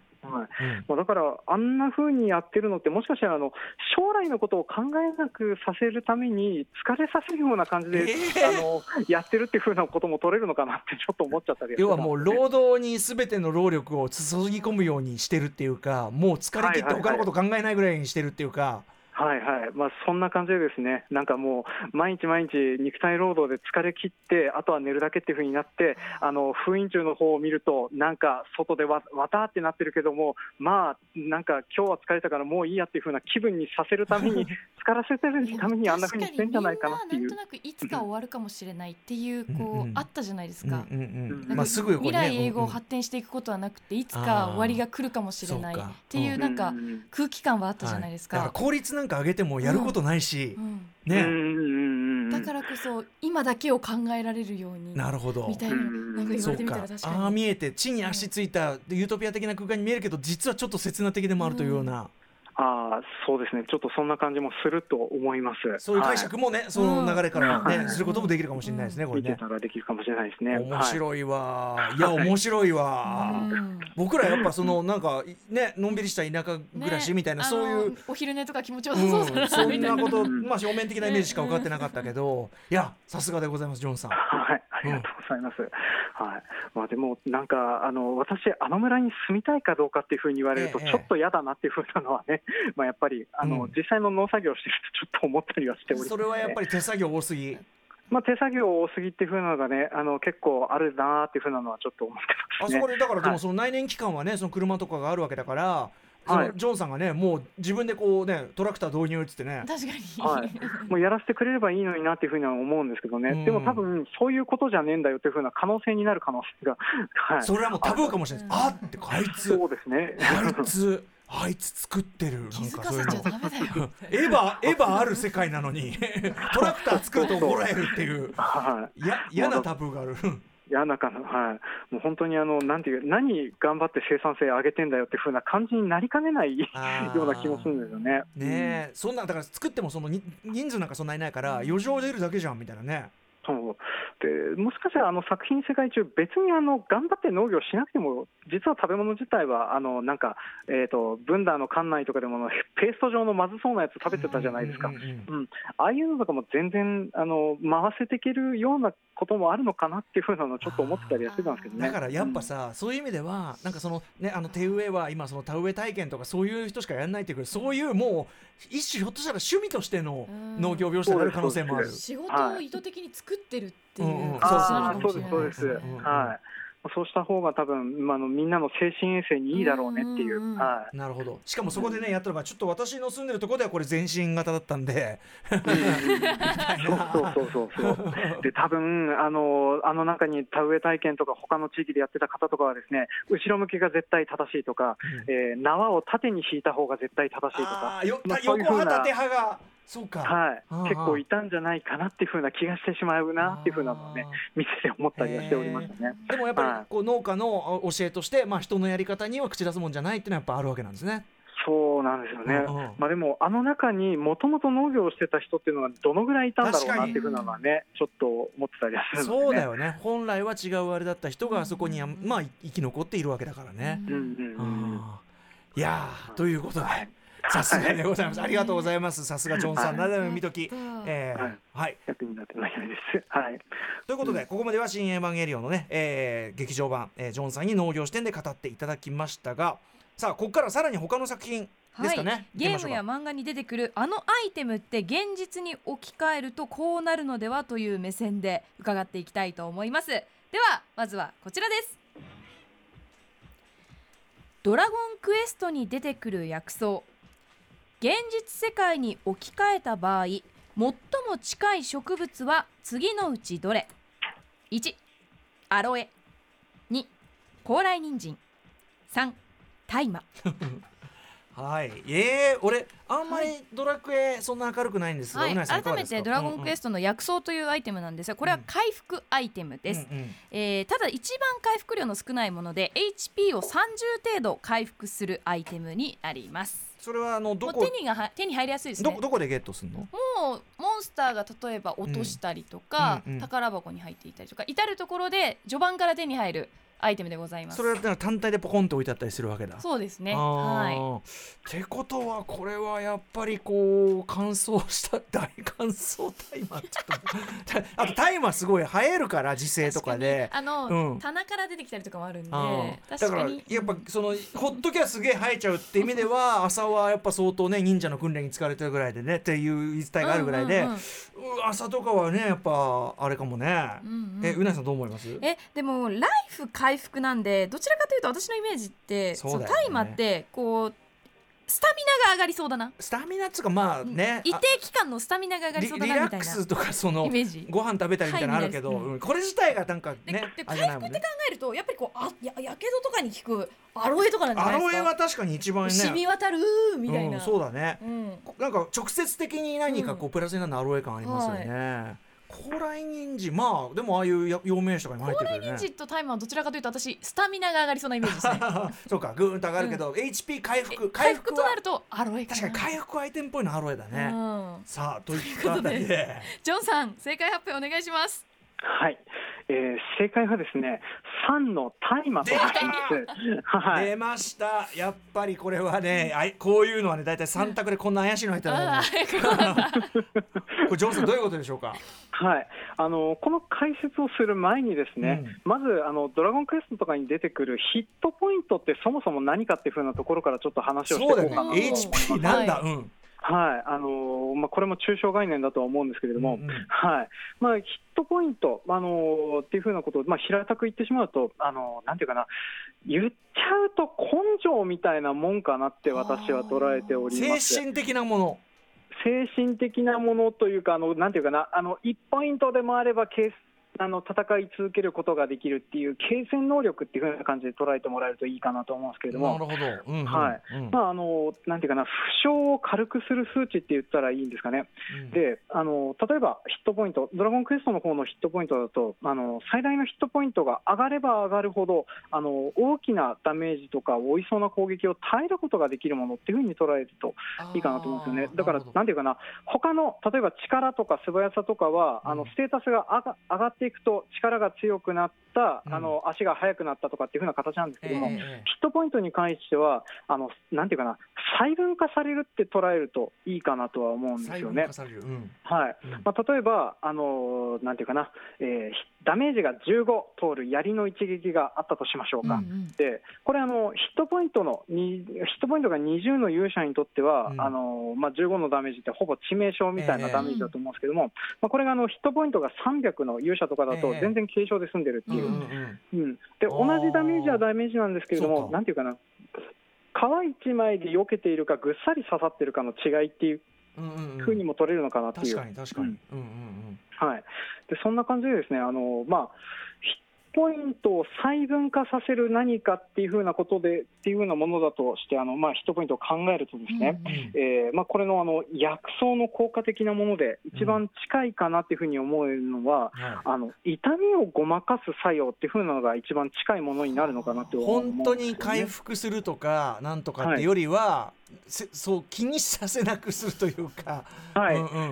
うん、だからあんな風にやってるのってもしかしたらあの将来のことを考えなくさせるために疲れさせるような感じで、えー、あのやってるっていう風なことも取れるのかなってちょっと思っちゃったり、 要はもう労働に全ての労力を注ぎ込むようにしてるっていうか、もう疲れ切って他のこと考えないぐらいにしてるっていうか、 はいはい、まあ、そんな感じでですね、なんかもう毎日毎日肉体労働で疲れ切ってあとは寝るだけっていう風になって、あの封印中の方を見るとなんか外でわわたーってなってるけども、まあなんか今日は疲れたからもういいやっていう風な気分にさせるために疲らせてるためにあんな風にしてんじゃないかなっていう。 なんとなくいつか終わるかもしれないっていうこう、うんうん、あったじゃないですか、 うんうんうん、 まあ、すぐ未来永劫発展していくことはなくて、いつか終わりが来るかもしれないっていうなんか空気感はあったじゃないですか、 はい、だから効率なんか上げてもやることないし、うんうんね、 うんだからこそ今だけを考えられるようになるほどみたいな、なんか言われてみたら確かにああ見えて地に足ついたユートピア的な空間に見えるけど実はちょっと刹那的でもあるというような、うん、 あそうですね、ちょっとそんな感じもすると思います。 そういう解釈もね、はい、その流れからね、うん、することもできるかもしれないですね、うん、これね。 見てたらできるかもしれないですね。 面白いわ、はい、いや面白いわ、うん、僕らやっぱそのなんかねのんびりした田舎暮らしみたいな、ね、そういうお昼寝とか気持ちよさそうだな、うん、 そんなこと、まあ表面的なイメージしか分かってなかったけど、いやさすがでございますジョンさん。 はい、ありがとうございます、うん、はい、まあ、でもなんかあの私あの村に住みたいかどうかっていうふうに言われるとちょっと嫌だなっていうふうなのはね、ええまあ、やっぱりあの、うん、実際の農作業をしてるとちょっと思ったりはしております、ね、 それはやっぱり手作業多すぎ、 まあ、手作業多すぎっていう風なのがね、あの結構あるなっていう風なのはちょっと思ってますね。 あそこでだからでもその内燃機関はね、その車とかがあるわけだから、そのジョンさんがねもう自分でこうねトラクター導入っつってね、 確かに、 はい、もうやらせてくれればいいのになっていうふうには思うんですけどね、うん、でも多分そういうことじゃねえんだよっていうふうな可能性になる可能性が、 はい、それはもうタブーかもしれないです。あってあいつそうですね、 あいつあいつ作ってる、なんか気づかせちゃダメだよエヴァエヴァある世界なのにトラクター作ると怒られるっていう嫌なタブーがある嫌なかな、はい、もう本当にあのなんていう何頑張って生産性上げてんだよっていう風な感じになりかねないような気もするんですよね。 ねえ、うん、そんなだから作ってもその人数なんかそんなにないから余剰出るだけじゃんみたいなね。 そうでもしかしたらあの作品世界中別にあの頑張って農業しなくても実は食べ物自体はあのなんか、えーと、ブンダーの館内とかでもペースト状のまずそうなやつ食べてたじゃないですか、うんうんうんうん、ああいうのとかも全然あの回せていけるようなこともあるのかなっていうふうなのをちょっと思ってたりはしてたんですけどね。 だからやっぱさ、うん、そういう意味ではなんかその、ね、あの手植えは今その田植え体験とかそういう人しかやらないっていう、そういうもう一種ひょっとしたら趣味としての農業描写になる可能性もある。 仕事を意図的に作ってるっていう、 うんうん、あそうですそうです、うんうん、はい、そうした方が多分、まあ、のみんなの精神衛生にいいだろうねっていう、うんうん、はい、 なるほど。しかもそこでねやったのがちょっと私の住んでるところではこれ全身型だったんでそうそうそうそうで多分あのあの中に田植え体験とか他の地域でやってた方とかはですね、後ろ向きが絶対正しいとか、うん、えー、縄を縦に引いた方が絶対正しいとか、 あよ、まあ、横派縦派がそうか、 はい、結構いたんじゃないかなっていう風な気がしてしまうなっていう風なのをね見てて思ったりはしておりましたね。 でもやっぱりこう農家の教えとして、まあ、人のやり方には口出すもんじゃないっていうのはやっぱあるわけなんですね。 そうなんですよね、うんうん、まあ、でもあの中にもともと農業をしてた人っていうのがどのぐらいいたんだろうなっていう風なのはねちょっと思ってたりはするので、ね、 そうだよね、本来は違うあれだった人がそこには、まあ、生き残っているわけだからね、 うんうんうん、 いやということで、はい、 さすがでございます。ありがとうございます。さすがジョンさんならではの見とき、えー、 はい、 はい、 役になってないです。はい。 ということで、ここまでは新エヴァンゲリオンのね、えー、劇場版、えー、ジョンさんに農業視点で語っていただきましたが、さあここからさらに他の作品ですかね、はい、 ゲームや漫画に出てくるあのアイテムって現実に置き換えるとこうなるのではという目線で伺っていきたいと思います。ではまずはこちらです。ドラゴンクエストに出てくる薬草、現実世界に置き換えた場合、最も近い植物は次のうちどれ？ いち. アロエ、に. 高麗人参、さん. 大麻はい、えー、俺あんまりドラクエそんな明るくないんですが、 はい、改めてドラゴンクエストの薬草というアイテムなんですが、これは回復アイテムです、うんうん、えー、ただ一番回復量の少ないもので エイチピー をさんじゅう程度回復するアイテムになります。 それはあのどこ手にが手に入りやすいですね。 ど, どこでゲットするの？もうモンスターが例えば落としたりとか、うんうんうん、宝箱に入っていたりとか、至る所で序盤から手に入るアイテムでございます。 それだったら単体でポコンと置いてあったりするわけだ。 そうですね、はい、 ってことはこれはやっぱりこう乾燥した大乾燥大麻あと大麻すごい生えるから時世とかであの、うん、棚から出てきたりとかもあるんで、確かにだからやっぱそのほっときゃすげえ生えちゃうって意味では朝はやっぱ相当ね忍者の訓練に使われてるぐらいでねっていう言い伝えがあるぐらいで、うんうんうん、朝とかはねやっぱあれかもね、うんうん、えうなぎさんどう思います？ えでもライフ回復なんで、どちらかというと私のイメージってそうだよね、大麻ってこうスタミナが上がりそうだな。 スタミナっつうかまあね、 一定期間のスタミナが上がりそうだなみたいなリラックスとかそのご飯食べたりみたいなのあるけど、はいうん、これ自体がなんかねでで回復って考えるとやっぱりこうあややけどとかに効くアロエとかなんじゃないですか。 アロエは確かに一番ね染み渡るみたいな、 うん、そうだね、うん、なんか直接的に何かこうプラスになるアロエ感ありますよね、うんはい、高麗人参、まあでもああいう養命酒とかにも入ってくるね。 高麗人参と大麻はどちらかというと私スタミナが上がりそうなイメージですねそうかグーンと上がるけど、うん、エイチピー 回復回復となるとアロエかな。 確かに回復アイテムっぽいのアロエだね、うん、さあといったあたりでジョンさん正解発表お願いします。 はい、えー、正解はですねさんの大麻となります、はい、 出ました。やっぱりこれはね、あいこういうのはねだいたいさん択でこんな怪しいの入ったら、ね、これジョンさんどういうことでしょうか？ はい、あのこの解説をする前にですね、うん、まずあのドラゴンクエストとかに出てくるヒットポイントってそもそも何かっていう風なところからちょっと話をしていこうかなと。 そうだね、エイチピー なんだ、はい、うんはいあのーまあ、これも抽象概念だとは思うんですけれども、うんうんはいまあ、ヒットポイント、あのー、っていうふうなことを、まあ、平たく言ってしまうと、あのー、なんていうかな言っちゃうと根性みたいなもんかなって私は捉えております。 精神的なもの精神的なものというかあのなんていうかなあのいちポイントでもあればケースあの戦い続けることができるっていう継戦能力っていう風な感じで捉えてもらえるといいかなと思うんですけれども、 なるほど、うんうんはいうんまあ、あのなんていうかな負傷を軽くする数値って言ったらいいんですかね、うん、であの例えばヒットポイントドラゴンクエストの方のヒットポイントだとあの最大のヒットポイントが上がれば上がるほどあの大きなダメージとか負いそうな攻撃を耐えることができるものっていう風に捉えるといいかなと思うんですよね。だからなんていうかな他の例えば力とか素早さとかは、うん、あのステータスが上が、上がっていくと力が強くなった、うん、あの足が速くなったとかっていう風な形なんですけども、えー、ヒットポイントに関してはあのなんていうかな細分化されるって捉えるといいかなとは思うんですよね。 細分化される、うんはいうんまあ、例えばあのなんていうかな、えー、ダメージがじゅうご通る槍の一撃があったとしましょうか、うんうん、でこれあのヒットポイントのにヒットポイントがにじゅうの勇者にとっては、うんあのまあ、じゅうごのダメージってほぼ致命傷みたいなダメージだと思うんですけども、えーまあ、これがあのヒットポイントがさんびゃくの勇者とかだと全然軽傷で済んでるっていう、うんうんうん、で同じダメージはダメージなんですけれどもなんていうかな皮一枚で避けているかぐっさり刺さってるかの違いっていうふうにも取れるのかなっていう。 確かに確かに、うんうんうんはい、でそんな感じでですねあの、まあ、ヒットポイントを細分化させる何かっていうふうなことでっていうふうなものだとしてあの、まあ、ヒットポイントを考えるとですね、うんうんえーまあ、これの、あの薬草の効果的なもので一番近いかなっていうふうに思えるのは、うん、あの痛みをごまかす作用っていうふうなのが一番近いものになるのかなって思うんですよね。 本当に回復するとかなんとかってよりは、はい、そう気にさせなくするというか、 はいうんうん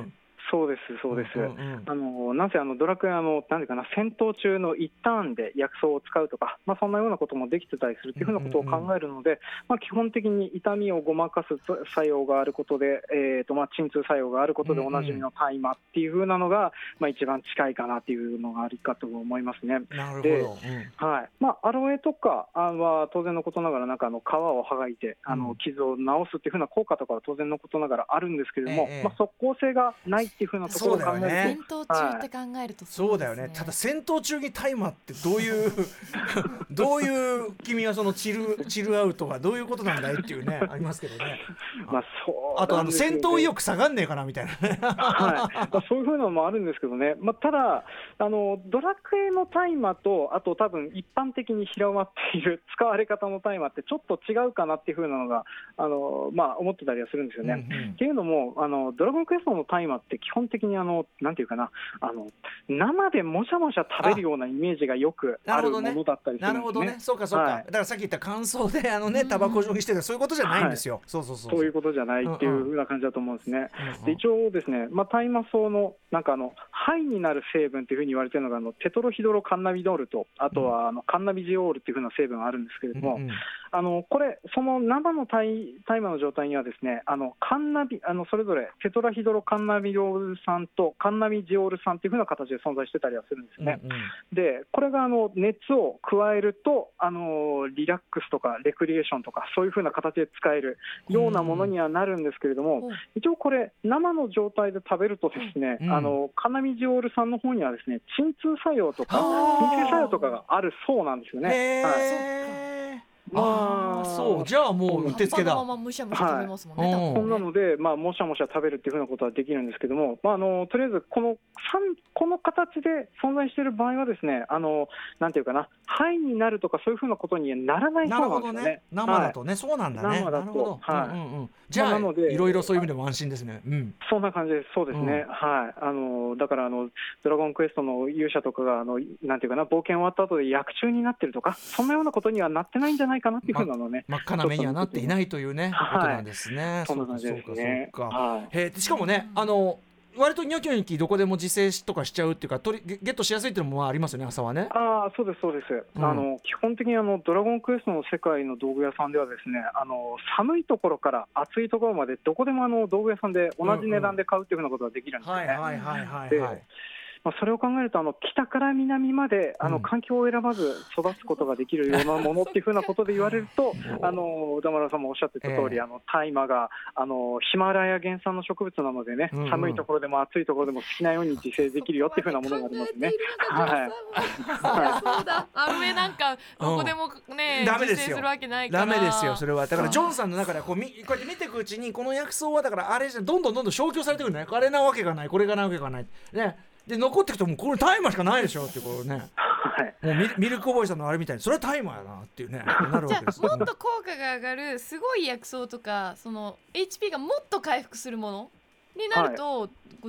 そうですそうです、うんうんうん、あのなんせあのドラクエあのなんていうかな、戦闘中の一ターンで薬草を使うとか、まあ、そんなようなこともできてたりするというふうなことを考えるので、うんうんうん、まあ、基本的に痛みをごまかす作用があることで、えーとまあ、鎮痛作用があることでおなじみの大麻っていうふうなのが、まあ、一番近いかなっていうのがあるかと思いますね。 なるほど、 で、 うん、 はい、まあ、アロエとかは当然のことながらなんかあの皮を剥がいてあの傷を治すっていうふうな効果とかは当然のことながらあるんですけれども、ええ、まあ、即効性がないっていうふうなところを考えると、 戦闘中って考えるとそうだよね。ただ戦闘中に大麻ってどういうどういう君はそのチルチルアウトがどういうことなんだいっていうねありますけどね。 まあそうあとあの戦闘意欲下がんねえかなみたいなね。 はい、まあ、そういうふうなのもあるんですけどね。まあ、ただあのドラクエの大麻とあと多分一般的に広まっている使われ方の大麻ってちょっと違うかなっていうふうなのがあの、まあ、思ってたりはするんですよね。うんうん、っていうのもあのドラゴンクエストの大麻って基本的にあのなんていうかな、あの生でもしゃもしゃ食べるようなイメージがよくあるものだったりするんですね。 なるほどね。そうかそうか、はい、だからさっき言った乾燥であのねタバコ状にしてるそういうことじゃないんですよ。はい、そうそうそうそういうことじゃないっていう風な感じだと思うんですね。うんうん、で一応ですね、まあ、大麻草のなんかあの肺になる成分っていう風に言われているのがあのテトロヒドロカンナビドールとあとはあのカンナビジオールっていう風な成分があるんですけれども、うんうん、あのこれその生の大麻の状態にはですねあのカンナビあのそれぞれテトラヒドロカンナビドール酸とカンナビジオール酸っていう風な形で存在してたりはするんですね。うんうん、でこれがあの熱を加えるとあのリラックスとかレクリエーションとかそういう風な形で使えるようなものにはなるんですけれども、うん、一応これ生の状態で食べるとですね、うん、あのカンナビジオール酸の方にはですね鎮痛作用とか鎮静作用とかがあるそうなんですよね。はい、 まあそうじゃあもううってつけだ。 まあまあむしゃむしゃ食べますもんね。 はい、そんなので、まあ、もしゃもしゃ食べるっていうふうなことはできるんですけども、まあ、あのとりあえずこのこの形で存在している場合はですねあのなんていうかな肺になるとかそういうふうなことにはならないそうなんですよね。 なるほどね。生だとね、はい、そうなんだね。 生だと、はい、うんうんうん、 じゃあ、まあ、なのでいろいろそういう意味でも安心ですね。うん、 そんな感じです。そうですね。うん、はい。あのだからあのドラゴンクエストの勇者とかがあのなんていうかな冒険終わった後で薬中になってるとかそんなようなことにはなってないんじゃないかなっていうふうなのね。 ま、真っ赤な目にはなっていないというね、はい、ことなんですね。 そんな感じですね。 そうかそうか。はい、へしかもねあの割とニョキニョキどこでも自生とかしちゃうっていうか取りゲットしやすいっていうのもありますよね。朝はね。 ああそうですそうです、うん、あの基本的にあのドラゴンクエストの世界の道具屋さんではですねあの寒いところから暑いところまでどこでもあの道具屋さんで同じ値段で買うっていうふうなことができるんですね。 はいはいはいはいはい。 まあ、それを考えるとあの北から南まであの環境を選ばず育つことができるようなものっていうふうなことで言われるとあの宇田村さんもおっしゃってた通り、えー、あの大麻があのヒマラヤ原産の植物なのでね、うんうん、寒いところでも暑いところでも好きなように自生できるよっていうふうなものがありますね。 はい、そうだアロエなんかどこでもね、うん、自生するわけないからダメですよそれは。だからジョンさんの中でこうみこうやって見ていくうちにこの薬草はだからあれじゃどんどんどんどん消去されてくるね。あれなわけがないこれがなわけがないね。で残っていくともうこれ大麻しかないでしょってこうね、はい、もう ミ, ミルクボーイさんのあれみたいにそれは大麻やなっていうねなるわけです。 じゃあもっと効果が上がるすごい薬草とかその エイチピー がもっと回復するものになると、はい、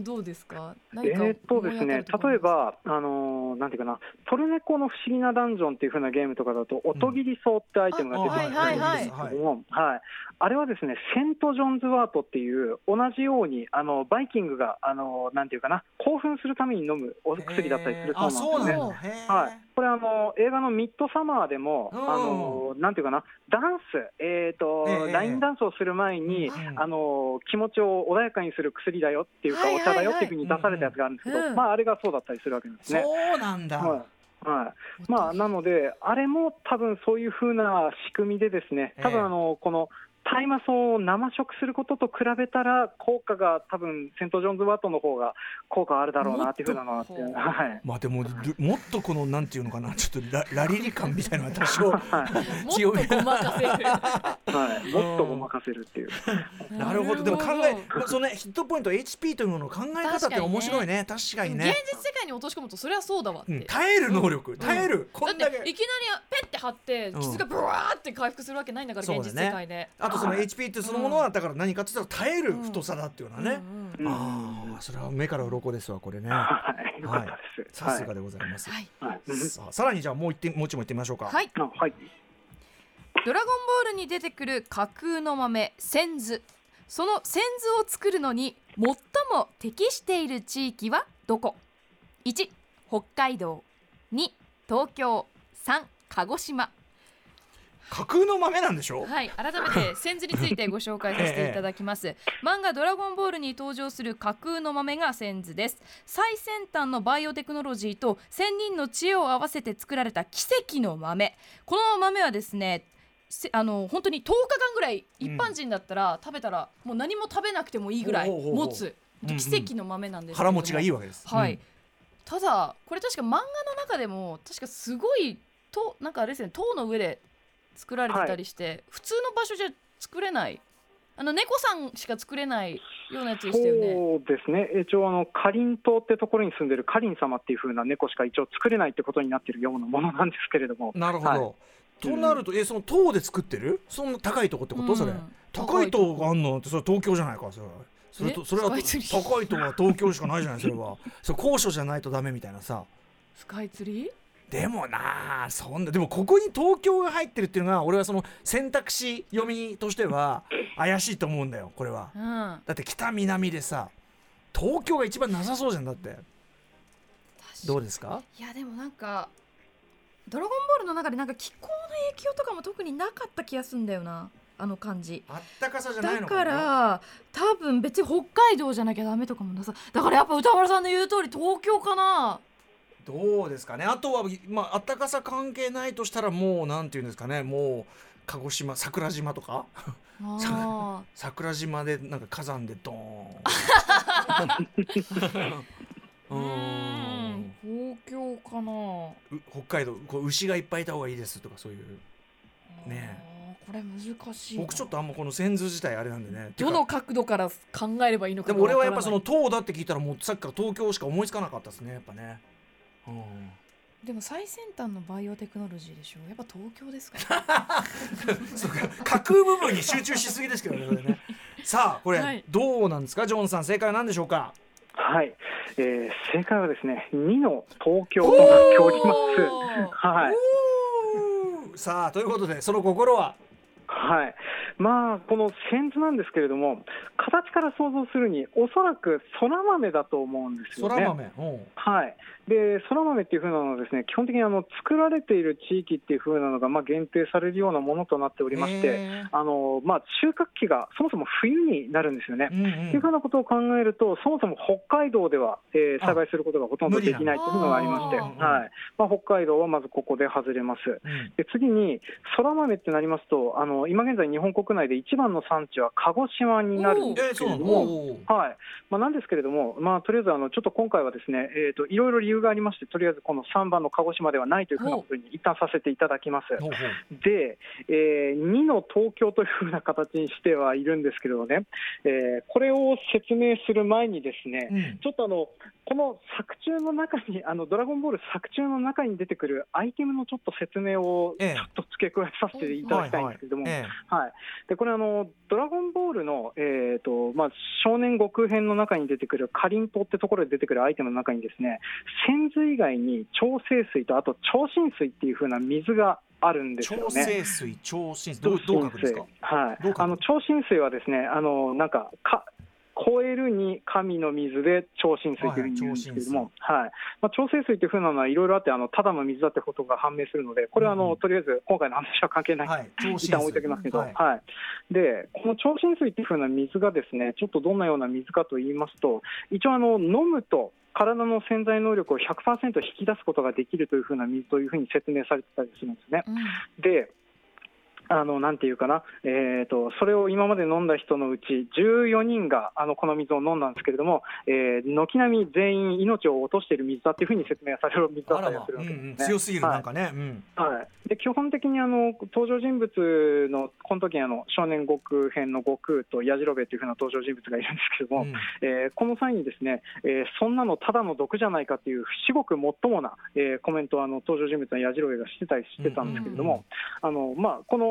どうですか。何かえーっとですね、例えば、あのー、なんていうかなトルネコの不思議なダンジョンっていう風なゲームとかだと音切り草ってアイテムが出てくるんですけども、あれはですねセント・ジョンズワートっていう同じようにあのバイキングがあのなんていうかな興奮するために飲むお薬だったりするそうなんですね。はい、これあの映画のミッドサマーでも、うん、あのなんていうかなダンス、えーとえー、ラインダンスをする前に、うん、あの気持ちを穏やかにする薬だよっていうか、はいはいはい、お茶だよっていうふうに出されたやつがあるんですけど、うん、まああれがそうだったりするわけですね。 そうなんだ。はいはい、まあなのであれも多分そういうふうな仕組みでですね多分あのこの大麻草を生食することと比べたら効果が多分セント・ジョンズ・ワットの方が効果あるだろうなっていうふうなのがあって、はい、 まあでももっとこのなんていうのかなちょっと ラ, ラリリ感みたいなのが多少、 はい、強めもっとごまかせる、 はい、もっとごまかせるっていうなるほど。でも考えその、ね、ヒットポイント エイチピー というものの考え方って面白いね。確かにね。 現実世界に落とし込むとそれはそうだわって、うん、 耐える能力、うん、耐える、うん、こんだけだっていきなりペッて張って傷がブワーって回復するわけないんだから、うん、現実世界で、ね、 あとその エイチピー ってそのものはだから何かって言ったら耐える太さだっていうのはね、うんうんうん、ああそれは目から鱗ですわこれね。はい、はい、さすがでございます、はいはい、さ, さらにじゃあもう一点もう一問いってみましょうか。 はい、 はい、 ドラゴンボールに出てくる架空の豆センズ、そのセンズを作るのに最も適している地域はどこ？いち北海道、に東京、さん鹿児島。 架空の豆なんでしょ。 はい、改めてセンズについてご紹介させていただきます、ええ、漫画ドラゴンボールに登場する架空の豆がセンズです。最先端のバイオテクノロジーと仙人の知恵を合わせて作られた奇跡の豆。この豆はですね、あの本当にとおかかんぐらい一般人だったら食べたらもう何も食べなくてもいいぐらい持つ奇跡の豆なんですけれども、 腹持ちがいいわけです、 はい、 うん、 ただこれ確か漫画の中でも確かすごいとなんかあれですね、塔の上で作られてたりして、はい、普通の場所じゃ作れない、あの猫さんしか作れないようなやつでしたよね。 そうですね、一応あのかりん島ってところに住んでるかりん様っていう風な猫しか一応作れないってことになってるようなものなんですけれども。 なるほど、はい、となると、えその塔で作ってるそんな高いとこってこと、うん、それ高い塔があんのってそれ東京じゃないか、それそれとそれは高い塔は東京しかないじゃないそれはそれ高所じゃないとダメみたいなさ。 スカイツリーでもなあ、そんなでもここに東京が入ってるっていうのが俺はその選択肢読みとしては怪しいと思うんだよこれは、うん、だって北南でさ東京が一番なさそうじゃん。だってどうですか。 いやでもなんかドラゴンボールの中でなんか気候の影響とかも特になかった気がするんだよな、あの感じ。 あったかさじゃないのかな。 だから多分別に北海道じゃなきゃダメとかもなさ、だからやっぱ歌丸さんの言う通り東京かな。 どうですかね。あとは、まあったかさ関係ないとしたらもうなんていうんですかね、もう鹿児島桜島とかあ桜島でなんか火山でドーンうーん東京かな。 北海道こう牛がいっぱいいた方がいいですとかそういうねえ、これ難しい。 僕ちょっとあんまこの線図自体あれなんでね、 どの角度から考えればいいのか。 でも俺はやっぱその塔だって聞いたらもうさっきから東京しか思いつかなかったですねやっぱね、うん、 でも最先端のバイオテクノロジーでしょ、やっぱ東京ですかそうか架空部分に集中しすぎですけどねそれねさあこれ、はい、どうなんですかジョンさん、正解は何でしょうか。 はい、えー、正解はですねにの東京となっております。はい、 さあということでその心は。 はい、まあこの線図なんですけれども形から想像するにおそらくそら豆だと思うんですよね。 そら豆、 はい、でそら豆っていう風なのはですね基本的にあの作られている地域っていう風なのがまあ限定されるようなものとなっておりまして、あの、まあ、収穫期がそもそも冬になるんですよね、うんうん、っていう風なことを考えるとそもそも北海道では、えー、栽培することがほとんどできないというのがありまして、はい、まあ、北海道はまずここで外れます、うん、で次にそら豆ってなりますとあの今現在日本国内で一番の産地は鹿児島になるんですけれども、はい、まあ、なんですけれども、まあ、とりあえずあのちょっと今回はですね、えーと、いろいろ理由がありましてとりあえずこのさんばんの鹿児島ではないというふうなことに一旦させていただきます。で、えー、にの東京というふうな形にしてはいるんですけれどね、えー、これを説明する前にですね、うん、ちょっとあのこの作中の中にあのドラゴンボール作中の中に出てくるアイテムのちょっと説明をちょっと付け加えさせていただきたいんですけれども、はい、でこれあのドラゴンボールの、えーとまあ、少年悟空編の中に出てくるかりんとうってところで出てくるアイテムの中にですね線図以外に超清水とあと超浸水っていう風な水があるんですよね。 超清水、超浸水、どうどう書くんですか。 はい、あの超浸水はですねあのなんかか超えるに神の水で超浸水というふうに言うんですけれども、はいはい、まあ、超清水というふうなのはいろいろあってあのただの水だってことが判明するのでこれはあの、うん、とりあえず今回の話は関係ない、はい、一旦置いておきますけど、はいはい、でこの超浸水というふうな水がですねちょっとどんなような水かと言いますと一応あの飲むと体の潜在能力を ひゃくパーセント 引き出すことができるというふうな水というふうに説明されてたりするんですね、うん、であのなんていうかな、えーと、それを今まで飲んだ人のうちじゅうよにんがあのこの水を飲んだんですけれども、えー、軒並み全員命を落としている水だというふうに説明される水だったりするわけですね、うんうん、 強すぎるなんかね、はいうんはい、で基本的にあの登場人物のこの時にあの少年悟空編の悟空とやじろべえというふうな登場人物がいるんですけども、うんえー、この際にですね、えー、そんなのただの毒じゃないかという至極もっともな、えー、コメントをあの登場人物のやじろべえがしてたりしてたんですけれども、うんうんうん、あのまあ、この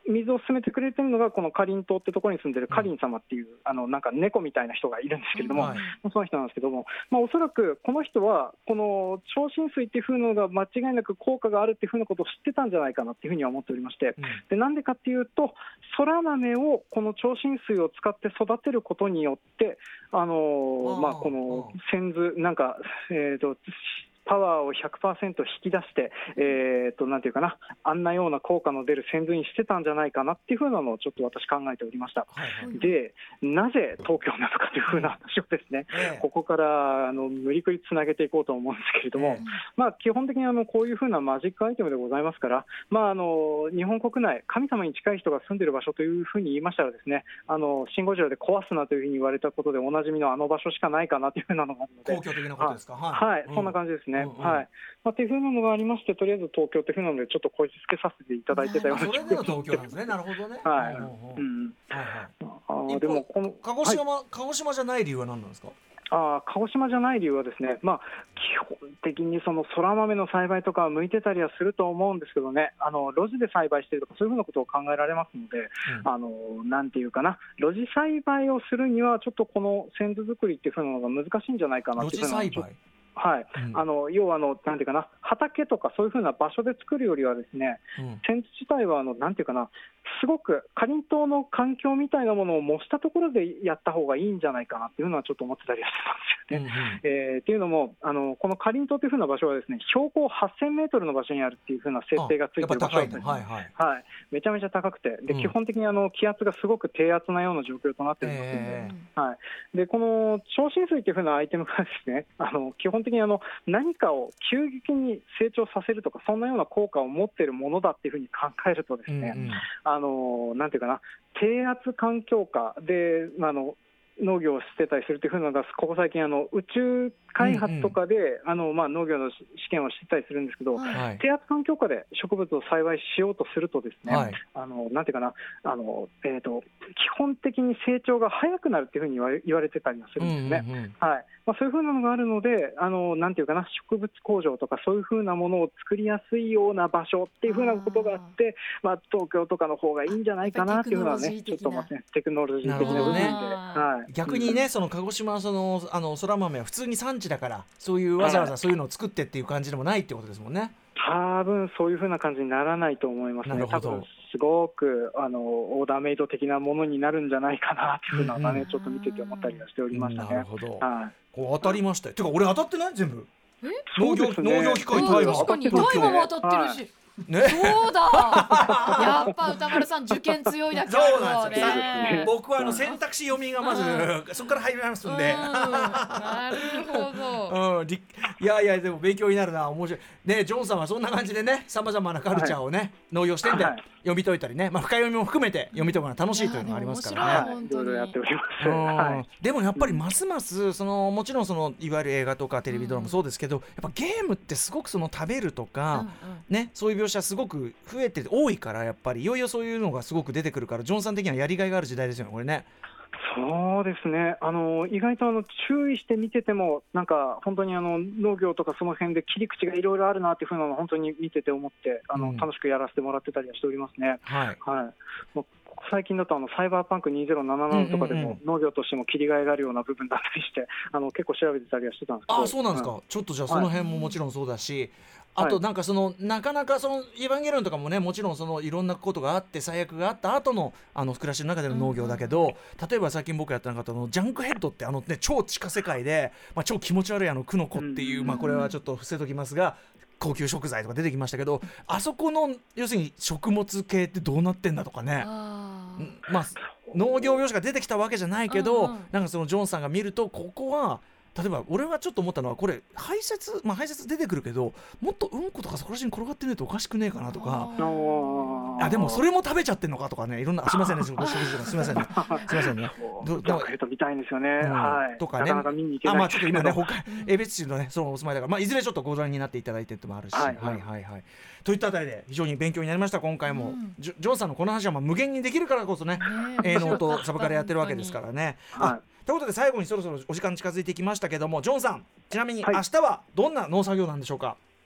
水を進めてくれてるのがこのかりん島ってところに住んでるかりん様っていう、うん、あのなんか猫みたいな人がいるんですけれども、はい、その人なんですけども、まあ、おそらくこの人はこの超浸水っていう風なのが間違いなく効果があるっていう風なことを知ってたんじゃないかなっていうふうには思っておりまして、うん、でなんでかっていうとそら豆をこの超浸水を使って育てることによってあのーまあ、この線図なんか、えーとパワーを ひゃくパーセント 引き出して、えー、となんていうかなあんなような効果の出る線図にしてたんじゃないかなっていうふうなのをちょっと私考えておりました、はいはい、でなぜ東京なのかというふうな話をですね、えー、ここからあの無理くりつなげていこうと思うんですけれども、えーまあ、基本的にあのこういうふうなマジックアイテムでございますから、まあ、あの日本国内神様に近い人が住んでいる場所というふうに言いましたらですねあのシン・ゴジラで壊すなというふうに言われたことでおなじみのあの場所しかないかなというふうなのがあるので公共的なことですか、はい、 はい、うん、そんな感じですね、うんうんはいまあ、というふうなのがありまして、とりあえず東京というふうなのでちょっとこじつけさせていただいてたような、 それでの東京なんですね。なるほどね。はい。うん。はいはい。あでもこの鹿児島、はい、鹿児島じゃない理由は何なんですか。 あ鹿児島じゃない理由はですね、まあ、基本的にそのそら豆の栽培とかは向いてたりはすると思うんですけどね、あの露地で栽培しているとかそういうふうなことを考えられますので、うん、あのなんていうかな露地栽培をするにはちょっとこの線図作りっていうふうなのが難しいんじゃないかなっていうふうな。 露地栽培はいうん、あの要はあのなんていうかな畑とかそういうふうな場所で作るよりはですね、うん、線図自体はあのなんていうかなすごくかりん島の環境みたいなものを模したところでやった方がいいんじゃないかなっていうのはちょっと思ってたりはしてたんですよね。うんうんえー、っていうのもあのこのかりん島というふうな場所はですね標高はっせんメートルの場所にあるっていうふうな設定がついている場所なんですね。はいはいはい、めちゃめちゃ高くてで、うん、基本的にあの気圧がすごく低圧なような状況となっていますので、えーはい、でこの超浸水というふうなアイテムがですねあの基本的にあの何かを急激に成長させるとかそんなような効果を持っているものだっていうふうに考えるとですね、うんうん、あのなんていうかな低圧環境下であの農業をしてたりするというふうなのがここ最近あの宇宙開発とかで、うんうんあのまあ、農業の試験をしてたりするんですけど、はい、低圧環境下で植物を栽培しようとするとですね、はい、あのなんていうかなあの、えーと、基本的に成長が早くなるというふうに言われ、言われてたりはするんですね、うんうんうんはいまあ、そういうふうなのがあるのであのなんていうかな植物工場とかそういうふうなものを作りやすいような場所っていうふうなことがあってまあ、東京とかの方がいいんじゃないかなっていうふうなねちょっと思ってテクノロジー的な部分で、はい、 逆にねその鹿児島そのあのそら豆は普通に産地だからそういうわざわざそういうのを作ってっていう感じでもないってことですもんね。 多分そういう風な感じにならないと思いますね。多分すごくあのオーダーメイド的なものになるんじゃないかなっていうのはね、うん、ちょっと見てて思ったりはしておりましたね。 なるほど、 はい、 こう当たりましたよ。てか俺当たってない全部え農業、ね、農業機械大麻確かに大麻も当たってるし、はいね、そうだやっぱ歌丸さん受験強いだけあるわね。 そうなんですよ。僕はあの選択肢読みがまずそこから入りますんでなるほど、 うん、いやいやでも勉強になるな面白いね。ジョンさんはそんな感じでねさまざまなカルチャーをね、はい、農業視点で読み解いたりね、まあ、深読みも含めて読み解くのが楽しいというのがありますからね。 いろいろやっております、はい、 でもやっぱりますますそのもちろんそのいわゆる映画とかテレビドラマもそうですけど、うん、やっぱゲームってすごくその食べるとか、うんうんね、そういう描写すごく増えて多いからやっぱりいよいよそういうのがすごく出てくるからジョンさん的にはやりがいがある時代ですよねこれね。 そうですねあの意外とあの注意して見ててもなんか本当にあの農業とかその辺で切り口がいろいろあるなっていうふうなのを本当に見てて思ってあの、うん、楽しくやらせてもらってたりはしておりますね。はい、はい、もう最近だとあのサイバーパンクにせんななじゅうななとかでも農業としても切り替えがあるような部分だったりしてあの結構調べてたりはしてたんですけど。 あそうなんですか、うん、ちょっとじゃあその辺ももちろんそうだし、はい、あとなんかそのなかなかそのエヴァンゲリオンとかもねもちろんそのいろんなことがあって最悪があった後のあの暮らしの中での農業だけど、うん、例えば最近僕やってなかったのジャンクヘッドってあのね超地下世界で、まあ、超気持ち悪いあのクノコっていう、うん、まあこれはちょっと伏せときますが高級食材とか出てきましたけどあそこの要するに食物系ってどうなってんだとかねあまあ農業描写が出てきたわけじゃないけど、うんうん、なんかそのジョンさんが見るとここは例えば俺はちょっと思ったのはこれ排泄まあ排泄出てくるけどもっとうんことかそこら辺に転がってねえとおかしくねえかなとかあでもそれも食べちゃってんのかとかねいろんなすみませんねご食事とかすみませんねすみませんねどだから見たいんですよね、うんはい、 とかねなかなか見に行けないあまあちょっと今ね他江別市のねそのお住まいだからまあいずれちょっとご覧になっていただいてってもあるし、はい、はいはいはいといったあたりで非常に勉強になりました今回も、うん、ジ, ジョンさんのこの話はまあ無限にできるからこそね営農とサブカルやってるわけですからねあということで最後にそろそろお時間近づいてきましたけどもジョンさんちなみに明日はどんな農作業なんでしょうか。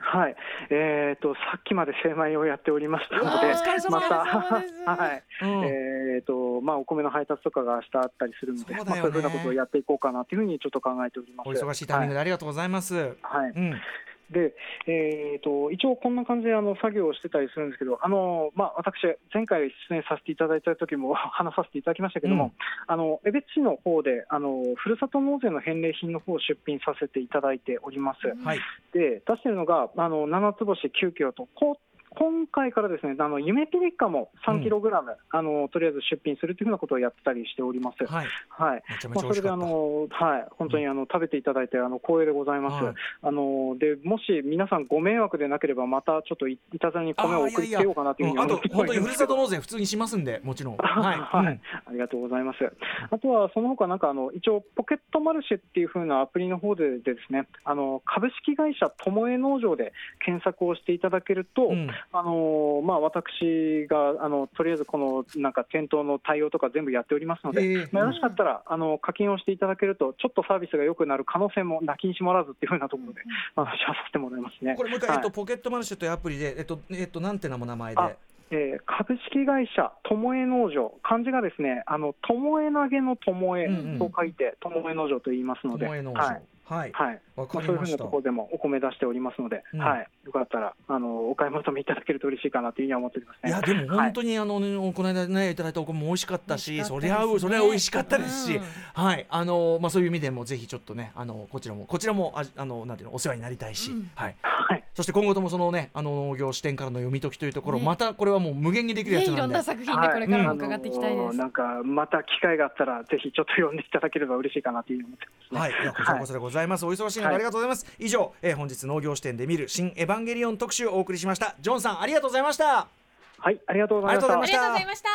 はい、えーと、さっきまで精米をやっておりましたので、また、はい、うん、えーと、まあ、お米の配達とかが明日あったりするので、そう、まあ、そういうふうなことをやっていこうかなというふうにちょっと考えております。 お忙しいタイミングでありがとうございます。 はい、 うん、 でえー、と一応こんな感じであの作業をしてたりするんですけど、あの、まあ、私前回出演させていただいた時も話させていただきましたけども、うん、あの江別市の方であのふるさと納税の返礼品の方を出品させていただいております。はい、で出しているのがあの七つ星きゅうキロとこ今回からですね、あの夢ピリカもさんキログラム、うん、あのとりあえず出品するというふうなことをやってたりしております。はい、はい、 めちゃめちゃ美味しかった。 まあ、それであの、はい、本当にあの、うん、食べていただいてあの光栄でございます。はい、あのでもし皆さんご迷惑でなければまたちょっと い, いたずらに米を送りつけようかなというふうに思っています。 あと本当にふるさと納税普通にしますんで、もちろん。はい、 はい、うん、ありがとうございます。あとはその他なんかあの一応ポケットマルシェっていうふうなアプリの方でですね、あの株式会社ともえ農場で検索をしていただけると、うん、あのまあ、私があのとりあえずこのなんか店頭の対応とか全部やっておりますので、えーまあ、よろしかったらあの課金をしていただけるとちょっとサービスが良くなる可能性もなきにしもあらずっていうふうなところで、うん、話させてもらいますね。 これもう一回、はい、えっと、ポケットマルシェというアプリで、えっとえっと、なんて名前で、 えー、株式会社ともえ農場、漢字がですね、あのともえ投げのともえと書いてともえ農場と言いますので、はいはいはい、まあ、そういうふうなところでもお米出しておりますので、うん、はい、よかったらあのお買い求めいただけると嬉しいかなというふうには思っておりますね。 いやでも本当に、はい、あのこの間ねいただいたお米も美味しかったし、そりゃそれは美味しかったですし、うん、はい、あのまあそういう意味でもぜひちょっとね、あのこちらもこちらもああのなんていうのお世話になりたいし、うん、はい、はい、そして今後ともそのねあの農業視点からの読み解きというところ、ね、またこれはもう無限にできるやつなんで、ね、 いろんな作品でこれからも伺っていきたいです。 はい、うん、なんかまた機会があったらぜひちょっと読んでいただければ嬉しいかなというふうに思ってますね。 はい、いやこちらこそでございます。はい、お忙しい中ありがとうございます。はい、以上、えー、本日農業視点で見る新エヴァンゲリオン特集をお送りしました。ジョンさんありがとうございました。 はい、ありがとうございました。 ありがとうございました。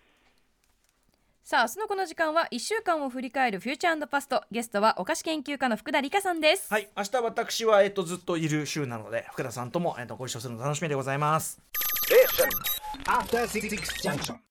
さあ明日のこの時間はいっしゅうかんを振り返るフューチャー&パスト、ゲストはお菓子研究家の福田理香さんです。 はい、明日私は、えっと、ずっといる週なので福田さんとも、えっと、ご一緒するの楽しみでございます。